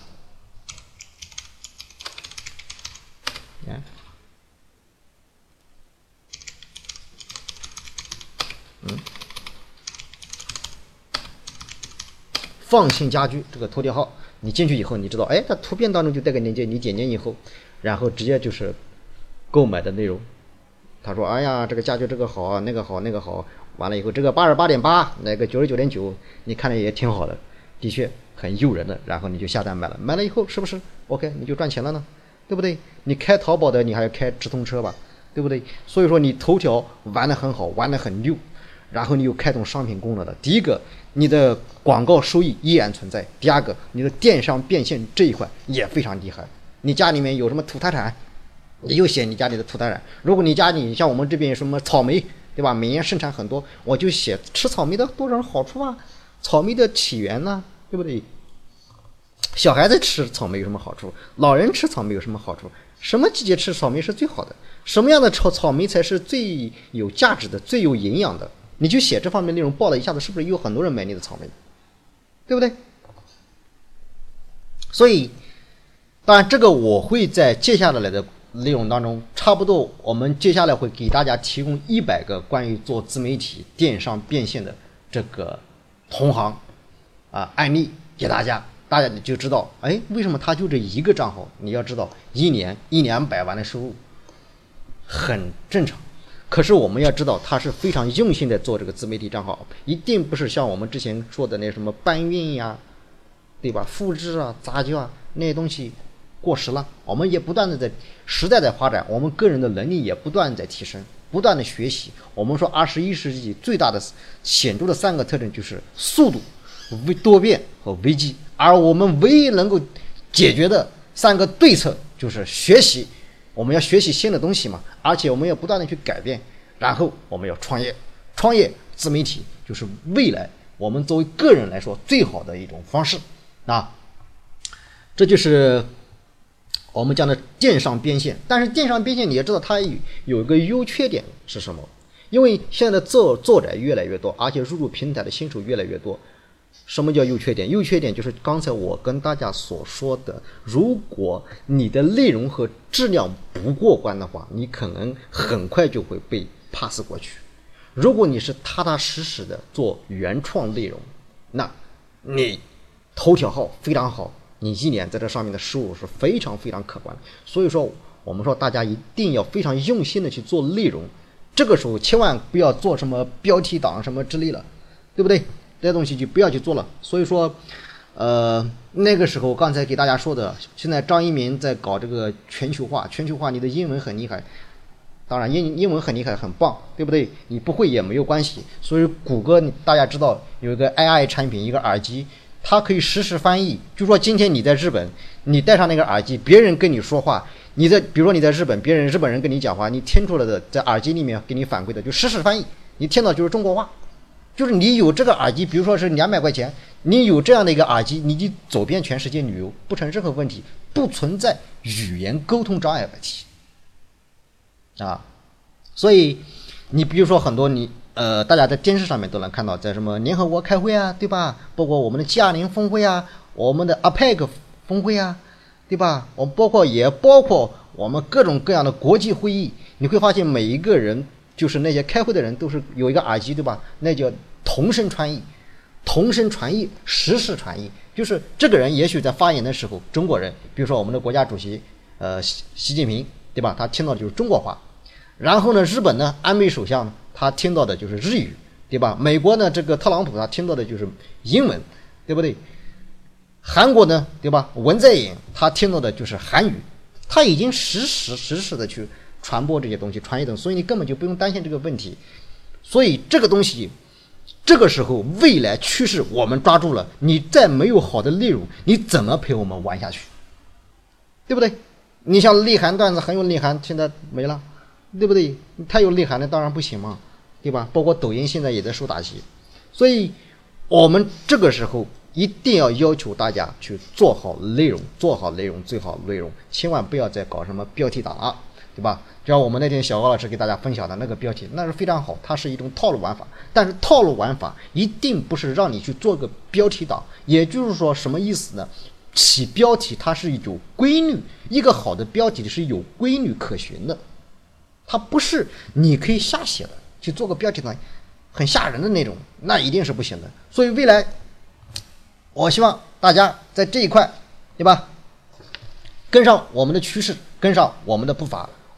嗯，放心家居这个头条号，你进去以后，你知道，哎，它图片当中就带个链接，你点进以后，然后直接就是购买的内容， 他说哎呀这个价距这个好啊，那个好那个好，完了以后这个八十八点八，那个九十九点九，你看着也挺好的，的确很诱人的，然后你就下单买了，买了以后是不是 OK 你就赚钱了呢？对不对？你开淘宝的你还要开直通车吧，对不对？所以说你头条玩得很好，玩得很溜，然后你有开通商品功能的，第一个你的广告收益依然存在，第二个你的电商变现这一块也非常厉害。你家里面有什么土特产，你就写你家里的土特产。如果你家里像我们这边有什么草莓，对吧？每年生产很多，我就写吃草莓的多少好处啊，草莓的起源呢、啊，对不对？小孩子吃草莓有什么好处？老人吃草莓有什么好处？什么季节吃草莓是最好的？什么样的草草莓才是最有价值的、最有营养的？你就写这方面内容报了，一下子是不是有很多人买你的草莓？对不对？所以，当然这个我会在接下来的内容当中，差不多我们接下来会给大家提供一百个关于做自媒体电商变现的这个同行啊案例给大家。大家就知道，哎，为什么他就这一个账号？你要知道，一年一两百万的收入很正常。可是我们要知道，他是非常用心的做这个自媒体账号，一定不是像我们之前说的那什么搬运呀，对吧？复制啊、杂交啊那些东西过时了。我们也不断的在时代在发展，我们个人的能力也不断在提升，不断的学习。我们说二十一世纪最大的显著的三个特征就是速度、多变和危机。而我们唯一能够解决的三个对策就是学习，我们要学习新的东西嘛，而且我们要不断的去改变，然后我们要创业，创业自媒体就是未来我们作为个人来说最好的一种方式啊。这就是我们讲的电商变现。但是电商变现你也知道它有一个优缺点是什么？因为现在的作作者越来越多，而且入驻平台的新手越来越多。什么叫优缺点？优缺点就是刚才我跟大家所说的，如果你的内容和质量不过关的话，你可能很快就会被 pass 过去。如果你是踏踏实实的做原创内容，那你头条号非常好，你一年在这上面的收入是非常非常可观的。所以说我们说大家一定要非常用心的去做内容，这个时候千万不要做什么标题党什么之类的，对不对？这些东西就不要去做了。所以说呃，那个时候刚才给大家说的，现在张一鸣在搞这个全球化，全球化你的英文很厉害，当然英英文很厉害很棒，对不对？你不会也没有关系。所以谷歌大家知道有一个 A I 产品，一个耳机，它可以实时翻译。就说今天你在日本，你戴上那个耳机，别人跟你说话，你在比如说你在日本，别人日本人跟你讲话，你听出来的在耳机里面给你反馈的就实时翻译，你听到就是中国话。就是你有这个耳机，比如说是两百块钱，你有这样的一个耳机，你就走遍全世界旅游不成任何问题，不存在语言沟通障碍问题啊。所以你比如说很多你呃，大家在电视上面都能看到，在什么联合国开会啊，对吧？包括我们的 G 二十 峰会啊，我们的 A P E C 峰会啊，对吧？我包括也包括我们各种各样的国际会议，你会发现每一个人。就是那些开会的人都是有一个耳机，对吧？那叫同声传译，同声传译，实时传译。就是这个人也许在发言的时候，中国人，比如说我们的国家主席，呃，习习近平，对吧？他听到的就是中国话。然后呢，日本呢，安倍首相呢，他听到的就是日语，对吧？美国呢，这个特朗普他听到的就是英文，对不对？韩国呢，对吧？文在寅他听到的就是韩语，他已经实时实时的去。传播这些东西，传译等，所以你根本就不用担心这个问题。所以这个东西，这个时候未来趋势我们抓住了，你再没有好的内容，你怎么陪我们玩下去？对不对？你像内涵段子很有内涵，现在没了，对不对？太有内涵的当然不行嘛，对吧？包括抖音现在也在受打击，所以我们这个时候一定要要求大家去做好内容，做好内容，最好内容，千万不要再搞什么标题党了。对吧？就像我们那天小高老师给大家分享的那个标题，那是非常好，它是一种套路玩法。但是套路玩法一定不是让你去做个标题党，也就是说什么意思呢？起标题它是有规律，一个好的标题是有规律可循的，它不是你可以瞎写的，去做个标题党很吓人的那种，那一定是不行的。所以未来，我希望大家在这一块，对吧？跟上我们的趋势，跟上我们的步伐。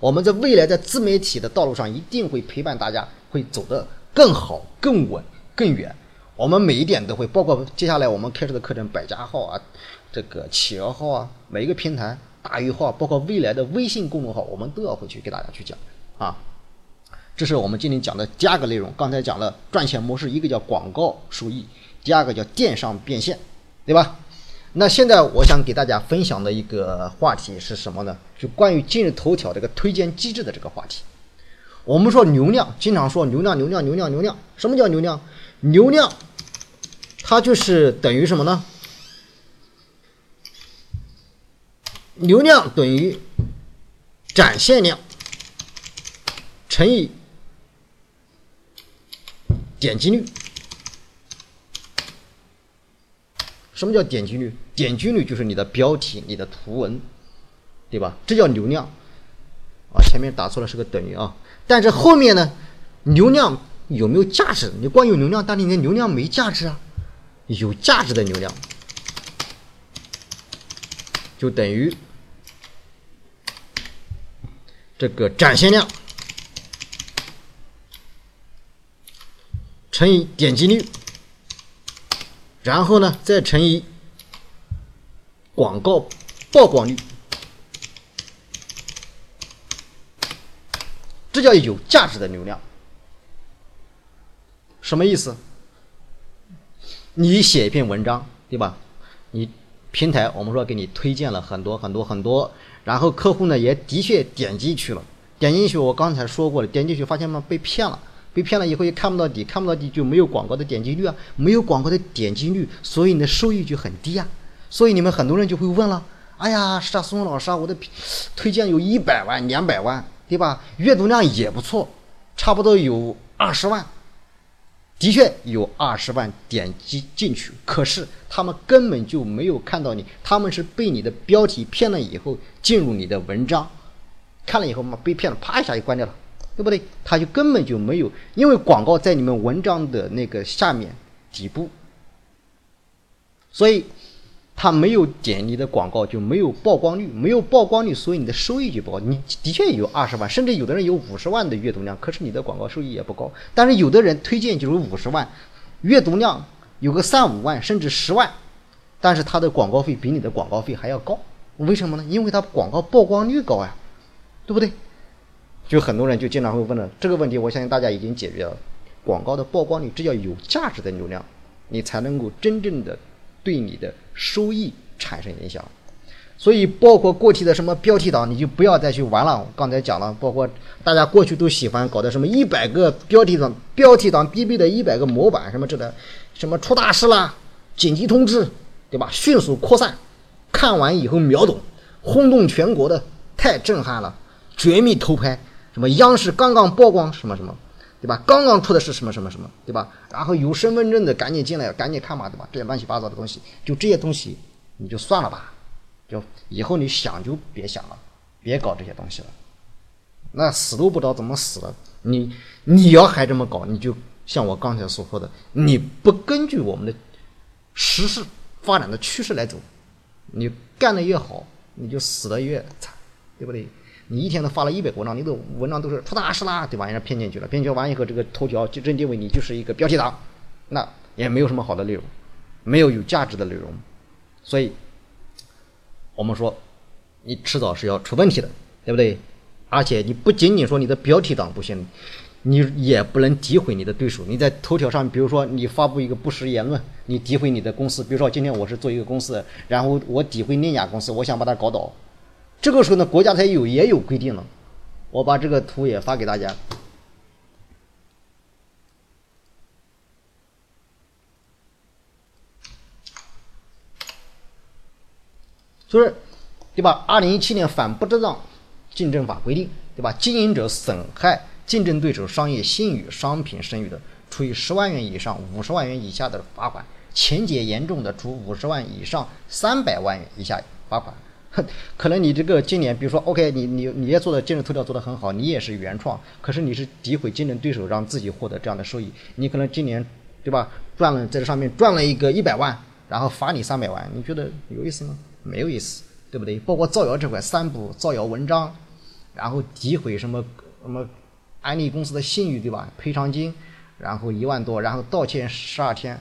我们在未来在自媒体的道路上一定会陪伴大家，会走得更好、更稳、更远。我们每一点都会，包括接下来我们开设的课程，百家号啊，这个企鹅号啊，每一个平台大鱼号，包括未来的微信公众号，我们都要回去给大家去讲啊。这是我们今天讲的第二个内容。刚才讲了赚钱模式，一个叫广告收益，第二个叫电商变现，对吧？那现在我想给大家分享的一个话题是什么呢？就关于今日头条这个推荐机制的这个话题。我们说流量，经常说流量流量流量流量，什么叫流量？流量它就是等于什么呢？流量等于展现量乘以点击率。什么叫点击率？点击率就是你的标题、你的图文，对吧？这叫流量啊。前面打错了，是个等于啊。但是后面呢，流量有没有价值？你光有流量，但是你的流量没价值啊。有价值的流量就等于这个展现量乘以点击率，然后呢再乘以广告曝光率，这叫有价值的流量。什么意思？你写一篇文章，对吧？你平台我们说给你推荐了很多很多很多，然后客户呢也的确点进去了，点进去我刚才说过了，点进去发现吗？被骗了，被骗了以后也看不到底，看不到底就没有广告的点击率啊，没有广告的点击率，所以你的收益就很低啊。所以你们很多人就会问了，哎呀，是啊，孙老师啊，我的推荐有一百万、两百万，对吧？阅读量也不错，差不多有二十万。的确有二十万点击进去，可是他们根本就没有看到你，他们是被你的标题骗了以后进入你的文章，看了以后嘛被骗了，啪一下就关掉了，对不对？他就根本就没有，因为广告在你们文章的那个下面底部，所以他没有点你的广告就没有曝光率，没有曝光率，所以你的收益就不高。你的确有二十万，甚至有的人有五十万的阅读量，可是你的广告收益也不高。但是有的人推荐就是五十万，阅读量有个三五万甚至十万，但是他的广告费比你的广告费还要高，为什么呢？因为他广告曝光率高呀，对不对？就很多人就经常会问了这个问题，我相信大家已经解决了。广告的曝光率，这叫有价值的流量，你才能够真正的对你的收益产生影响。所以包括过去的什么标题党，你就不要再去玩了。我刚才讲了，包括大家过去都喜欢搞的什么一百个标题党，标题党必备的一百个模板什么之类的，什么出大事啦，紧急通知，对吧？迅速扩散，看完以后秒懂，轰动全国的，太震撼了，绝密偷拍，什么央视刚刚曝光什么什么，对吧？刚刚出的是什么什么什么，对吧？然后有身份证的赶紧进来，赶紧看嘛，对吧？这些乱七八糟的东西，就这些东西你就算了吧，就以后你想就别想了，别搞这些东西了。那死都不知道怎么死了，你你要还这么搞，你就像我刚才所说的，你不根据我们的时事发展的趋势来走，你干得越好，你就死得越惨，对不对？你一天都发了一百个文章，你的文章都是出大事啦，对吧？人家骗进去了，骗进去完以后，这个头条就认定为你就是一个标题党，那也没有什么好的内容，没有有价值的内容，所以我们说你迟早是要出问题的，对不对？而且你不仅仅说你的标题党不行，你也不能诋毁你的对手。你在头条上，比如说你发布一个不实言论，你诋毁你的公司，比如说今天我是做一个公司，然后我诋毁另一家公司，我想把它搞倒，这个时候呢，国家它有也有规定了。我把这个图也发给大家。所以，对吧？二零一七年反不正当竞争法规定，对吧？经营者损害竞争对手商业信誉、商品声誉的，处以十万元以上五十万元以下的罚款；情节严重的，处五十万以上三百万元以下罚款。可能你这个今年，比如说 ，OK， 你你你也做的今日头条做得很好，你也是原创，可是你是诋毁竞争对手，让自己获得这样的收益，你可能今年，对吧？赚了在这上面赚了一个一百万，然后罚你三百万，你觉得有意思吗？没有意思，对不对？包括造谣这块，三步造谣文章， 然后诋毁什么什么安利公司的信誉，对吧？赔偿金，然后一万多，然后道歉十二天。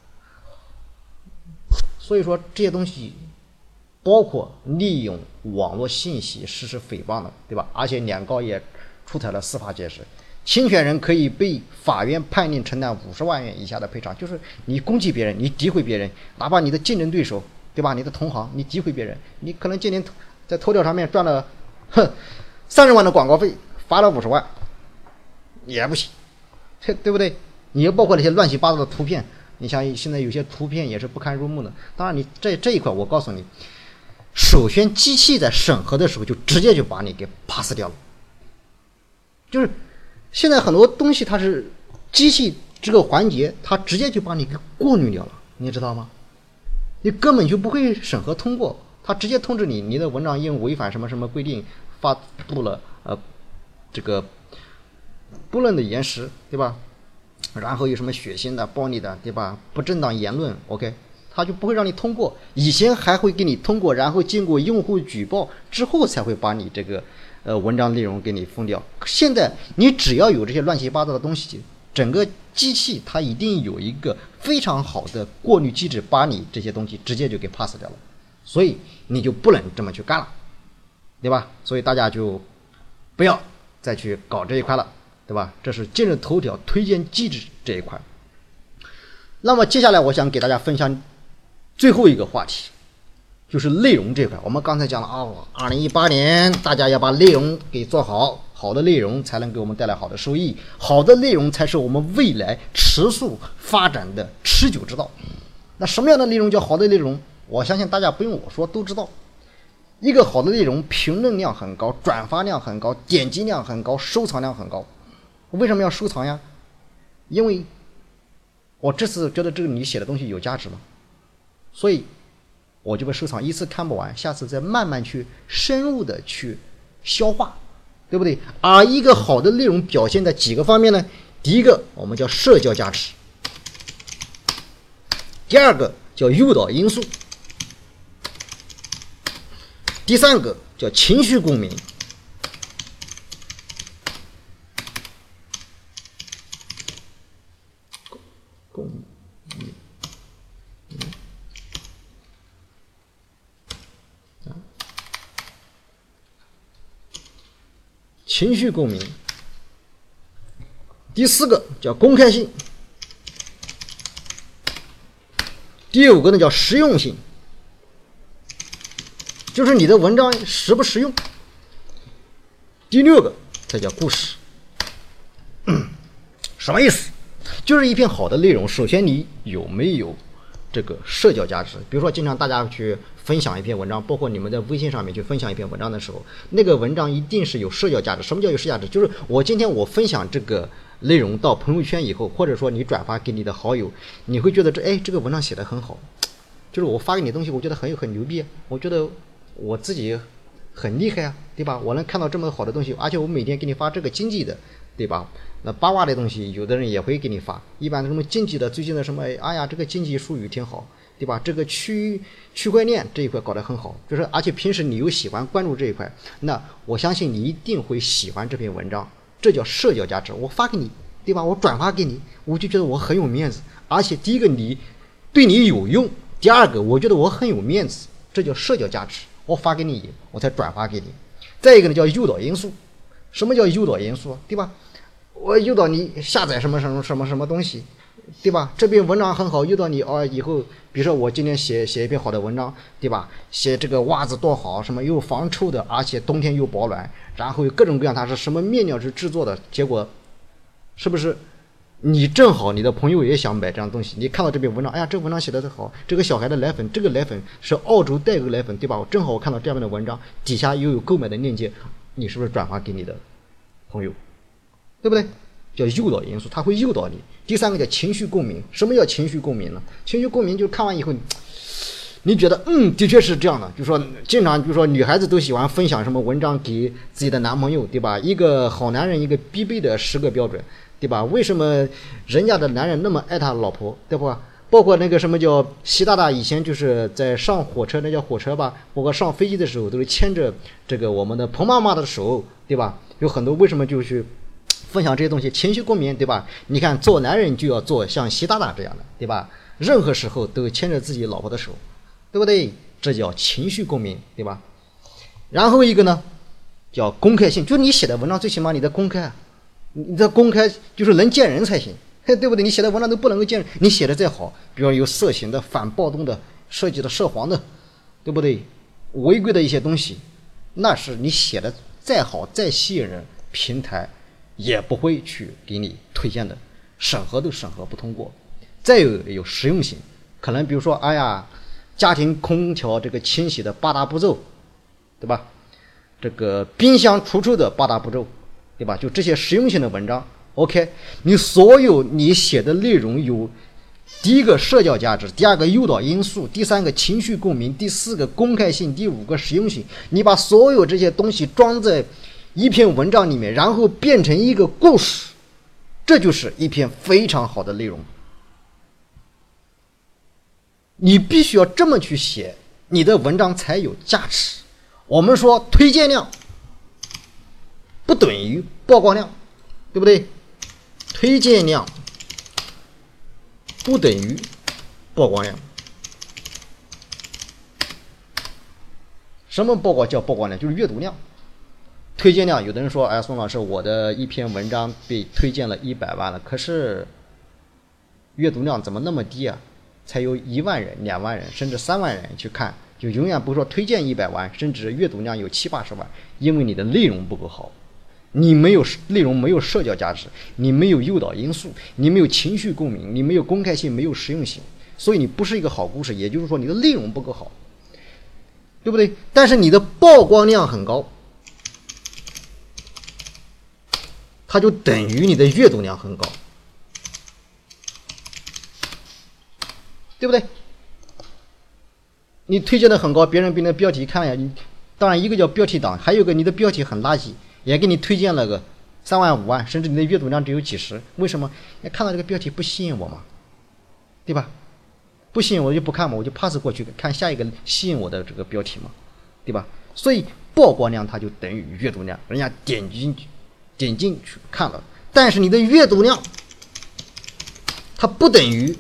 所以说这些东西，包括利用网络信息实施诽谤的，对吧？而且两高也出台了司法解释，侵权人可以被法院判令承担五十万元以下的赔偿。就是你攻击别人，你诋毁别人，哪怕你的竞争对手，对吧？你的同行，你诋毁别人，你可能今年在头条上面赚了，哼，三十万的广告费，罚了五十万，也不行，对不对？你又包括那些乱七八糟的图片，你像现在有些图片也是不堪入目的。当然，你这这一块，我告诉你，首先机器在审核的时候就直接就把你给 pass 掉了。就是现在很多东西它是机器这个环节，它直接就把你给过滤掉了，你知道吗？你根本就不会审核通过，它直接通知你，你的文章因违反什么什么规定发布了呃这个不论的延时，对吧？然后有什么血腥的、暴力的，对吧？不正当言论 ，OK， 他就不会让你通过。以前还会给你通过，然后经过用户举报之后才会把你这个呃文章内容给你封掉。现在你只要有这些乱七八糟的东西，整个机器它一定有一个非常好的过滤机制，把你这些东西直接就给 pass 掉了。所以你就不能这么去干了，对吧？所以大家就不要再去搞这一块了。对吧？这是今日头条推荐机制这一块。那么接下来我想给大家分享最后一个话题，就是内容这块。我们刚才讲了啊，二零一八年大家要把内容给做好，好的内容才能给我们带来好的收益，好的内容才是我们未来持续发展的持久之道。那什么样的内容叫好的内容？我相信大家不用我说都知道。一个好的内容，评论量很高，转发量很高，点击量很高，收藏量很高。为什么要收藏呀？因为我这次觉得这个你写的东西有价值嘛，所以我就会收藏，一次看不完，下次再慢慢去深入的去消化，对不对？而一个好的内容表现在几个方面呢？第一个我们叫社交价值，第二个叫诱导因素，第三个叫情绪共鸣，共鸣，啊，情绪共鸣。第四个叫公开性，第五个呢叫实用性，就是你的文章实不实用。第六个才叫故事。什么意思？就是一篇好的内容，首先你有没有这个社交价值？比如说经常大家去分享一篇文章，包括你们在微信上面去分享一篇文章的时候，那个文章一定是有社交价值。什么叫有社交价值？就是我今天我分享这个内容到朋友圈以后，或者说你转发给你的好友，你会觉得这哎这个文章写得很好，就是我发给你的东西，我觉得很很牛逼，我觉得我自己很厉害啊，对吧？我能看到这么好的东西，而且我每天给你发这个经济的，对吧？那八卦的东西，有的人也会给你发。一般什么经济的，最近的什么，哎呀，这个经济术语挺好，对吧？这个区区块链这一块搞得很好，就是而且平时你又喜欢关注这一块，那我相信你一定会喜欢这篇文章，这叫社交价值。我发给你，对吧？我转发给你，我就觉得我很有面子。而且第一个你对你有用，第二个我觉得我很有面子，这叫社交价值。我发给你，我才转发给你。再一个呢叫诱导因素。什么叫诱导因素？对吧？我诱导你下载什么什么什么什么东西，对吧？这篇文章很好，诱导你哦，以后比如说我今天写写一篇好的文章，对吧？写这个袜子多好，什么又防臭的，而且冬天又保暖，然后有各种各样它是什么面料是制作的，结果是不是你正好你的朋友也想买这样东西，你看到这篇文章，哎呀，这个文章写的好，这个小孩的奶粉，这个奶粉是澳洲代购奶粉，对吧？正好我看到这样的文章，底下又有购买的链接，你是不是转发给你的朋友？对不对？叫诱导因素，它会诱导你。第三个叫情绪共鸣。什么叫情绪共鸣呢？情绪共鸣就是看完以后，你觉得嗯，的确是这样的。就是说，经常就是说，女孩子都喜欢分享什么文章给自己的男朋友，对吧？一个好男人一个必备的十个标准，对吧？为什么人家的男人那么爱他老婆，对吧？ 包括那个什么叫习大大以前就是在上火车，那叫火车吧，包括上飞机的时候都是牵着这个我们的彭妈妈的手，对吧？有很多为什么就去分享这些东西，情绪共鸣，对吧？你看做男人就要做像习大大这样的，对吧？任何时候都牵着自己老婆的手，对不对？这叫情绪共鸣，对吧？然后一个呢叫公开性，就是你写的文章最起码你的公开，你的公开就是能见人才行，对不对？你写的文章都不能够见人，你写的再好，比如有色情的、反暴动的、涉及的涉黄的，对不对？违规的一些东西，那是你写的再好再吸引人，平台也不会去给你推荐的，审核都审核不通过。再有有实用性，可能比如说哎呀家庭空调这个清洗的八大步骤，对吧？这个冰箱除臭的八大步骤，对吧？就这些实用性的文章 OK， 你所有你写的内容有第一个社交价值，第二个诱导因素，第三个情绪共鸣，第四个公开性，第五个实用性，你把所有这些东西装在一篇文章里面，然后变成一个故事，这就是一篇非常好的内容。你必须要这么去写，你的文章才有价值。我们说推荐量不等于曝光量，对不对？推荐量不等于曝光量。什么曝光叫曝光量？就是阅读量。推荐量，有的人说，哎，宋老师，我的一篇文章被推荐了一百万了，可是阅读量怎么那么低啊？才有一万人、两万人，甚至三万人去看，就永远不说推荐一百万，甚至阅读量有七八十万，因为你的内容不够好，你没有内容，没有社交价值，你没有诱导因素，你没有情绪共鸣，你没有公开性，没有实用性，所以你不是一个好故事，也就是说你的内容不够好，对不对？但是你的曝光量很高，它就等于你的阅读量很高，对不对？你推荐的很高，别人比你的标题看了呀，你当然一个叫标题党，还有一个你的标题很垃圾，也给你推荐了个三万五万，甚至你的阅读量只有几十，为什么？你看到这个标题不吸引我嘛，对吧？不吸引我就不看嘛，我就 pass 过去看下一个吸引我的这个标题嘛，对吧？所以曝光量它就等于阅读量，人家点进去点进去看了，但是你的阅读量它不等于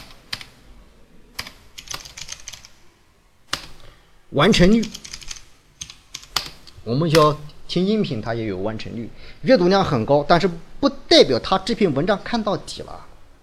完成率。我们要听音频它也有完成率，阅读量很高，但是不代表他这篇文章看到底了。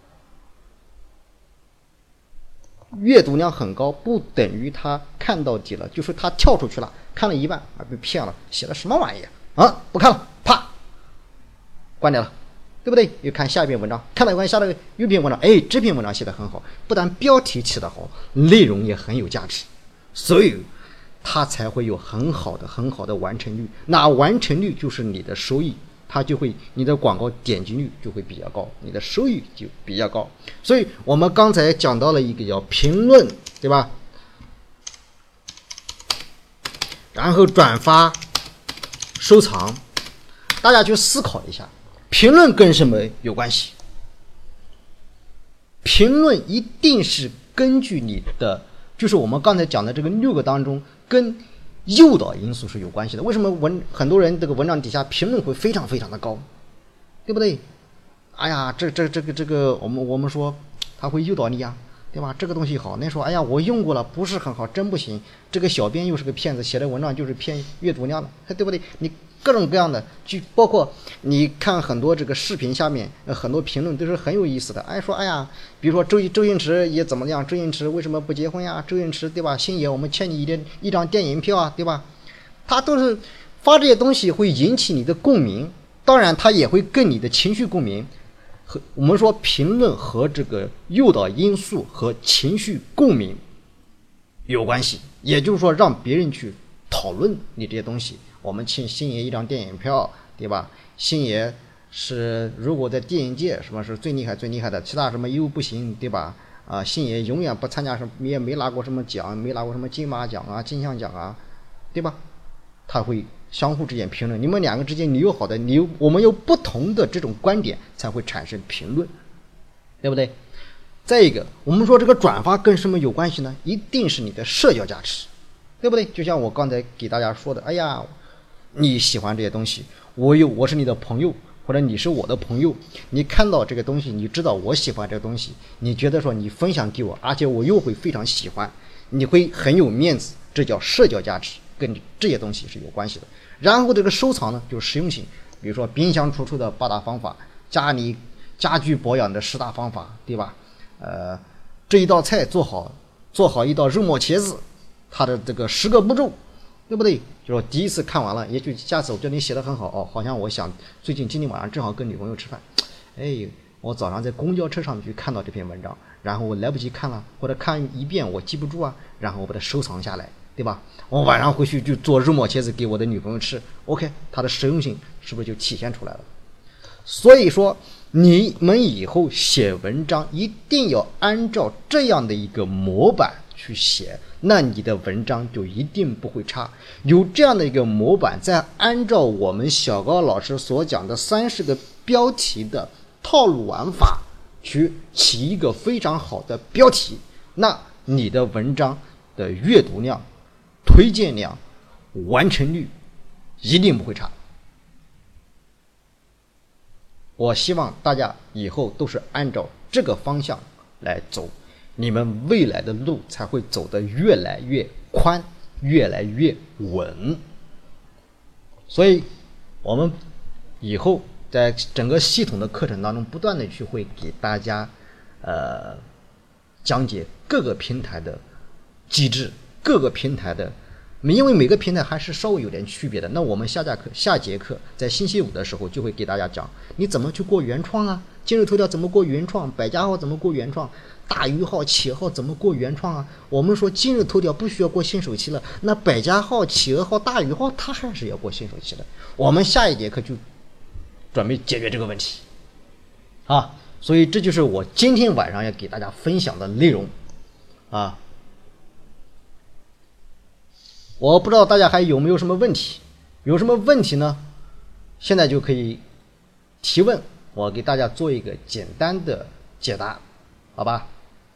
阅读量很高不等于他看到底了，就是他跳出去了，看了一半啊，被骗了，写了什么玩意啊？不看了，啪，关掉了，对不对？又看下一篇文章，看了关下了又一篇文章，哎，这篇文章写得很好，不但标题起得好，内容也很有价值，所以它才会有很好的很好的完成率。那完成率就是你的收益，它就会你的广告点击率就会比较高，你的收益就比较高。所以我们刚才讲到了一个叫评论，对吧？然后转发、收藏，大家去思考一下，评论跟什么有关系？评论一定是根据你的，就是我们刚才讲的这个六个当中，跟诱导因素是有关系的。为什么文很多人这个文章底下评论会非常非常的高，对不对？哎呀，这这这个这个，我们我们说他会诱导你呀，对吧？这个东西好，那说哎呀我用过了，不是很好，真不行。这个小编又是个骗子，写的文章就是骗阅读量的，对不对？你各种各样的，就包括你看很多这个视频下面，呃，很多评论都是很有意思的。哎，说哎呀，比如说周周星驰也怎么样？周星驰为什么不结婚呀？周星驰对吧？星爷，我们欠你一点一张电影票啊，对吧？他都是发这些东西会引起你的共鸣，当然他也会跟你的情绪共鸣。和我们说评论和这个诱导因素和情绪共鸣有关系，也就是说让别人去讨论你这些东西。我们欠星爷一张电影票，对吧？星爷是如果在电影界什么是最厉害最厉害的，其他什么又不行，对吧？啊，星爷永远不参加什么，也没拿过什么奖，没拿过什么金马奖啊、金像奖啊，对吧？他会相互之间评论，你们两个之间你有好的，你有我们有不同的这种观点才会产生评论，对不对？ 再一个，我们说这个转发跟什么有关系呢？一定是你的社交价值，对不对？就像我刚才给大家说的，哎呀，你喜欢这些东西，我有我是你的朋友，或者你是我的朋友，你看到这个东西，你知道我喜欢这个东西，你觉得说你分享给我，而且我又会非常喜欢，你会很有面子，这叫社交价值，跟这些东西是有关系的。然后这个收藏呢，就是实用性，比如说冰箱出出的八大方法，家里家居保养的十大方法，对吧？呃，这一道菜做好，做好一道肉末茄子，它的这个十个步骤，对不对？就是第一次看完了，也许下次我觉得你写的很好哦，好像我想最近今天晚上正好跟女朋友吃饭，哎，我早上在公交车上面去看到这篇文章，然后我来不及看了，或者看一遍我记不住啊，然后我把它收藏下来，对吧？我晚上回去就做肉末茄子给我的女朋友吃 ，OK， 它的实用性是不是就体现出来了？所以说你们以后写文章一定要按照这样的一个模板去写，那你的文章就一定不会差。有这样的一个模板，再按照我们小高老师所讲的三十个标题的套路玩法去起一个非常好的标题，那你的文章的阅读量、推荐量、完成率一定不会差。我希望大家以后都是按照这个方向来走，你们未来的路才会走得越来越宽，越来越稳。所以我们以后在整个系统的课程当中，不断的去会给大家呃讲解各个平台的机制，各个平台的，因为每个平台还是稍微有点区别的。那我们下节课下节课在星期五的时候就会给大家讲你怎么去过原创啊，今日头条怎么过原创，百家号怎么过原创，大鱼号企鹅号怎么过原创啊。我们说今日头条不需要过新手期了，那百家号企鹅号大鱼号它还是要过新手期的。我们下一节课就准备解决这个问题啊，所以这就是我今天晚上要给大家分享的内容啊。我不知道大家还有没有什么问题，有什么问题呢？现在就可以提问，我给大家做一个简单的解答，好吧？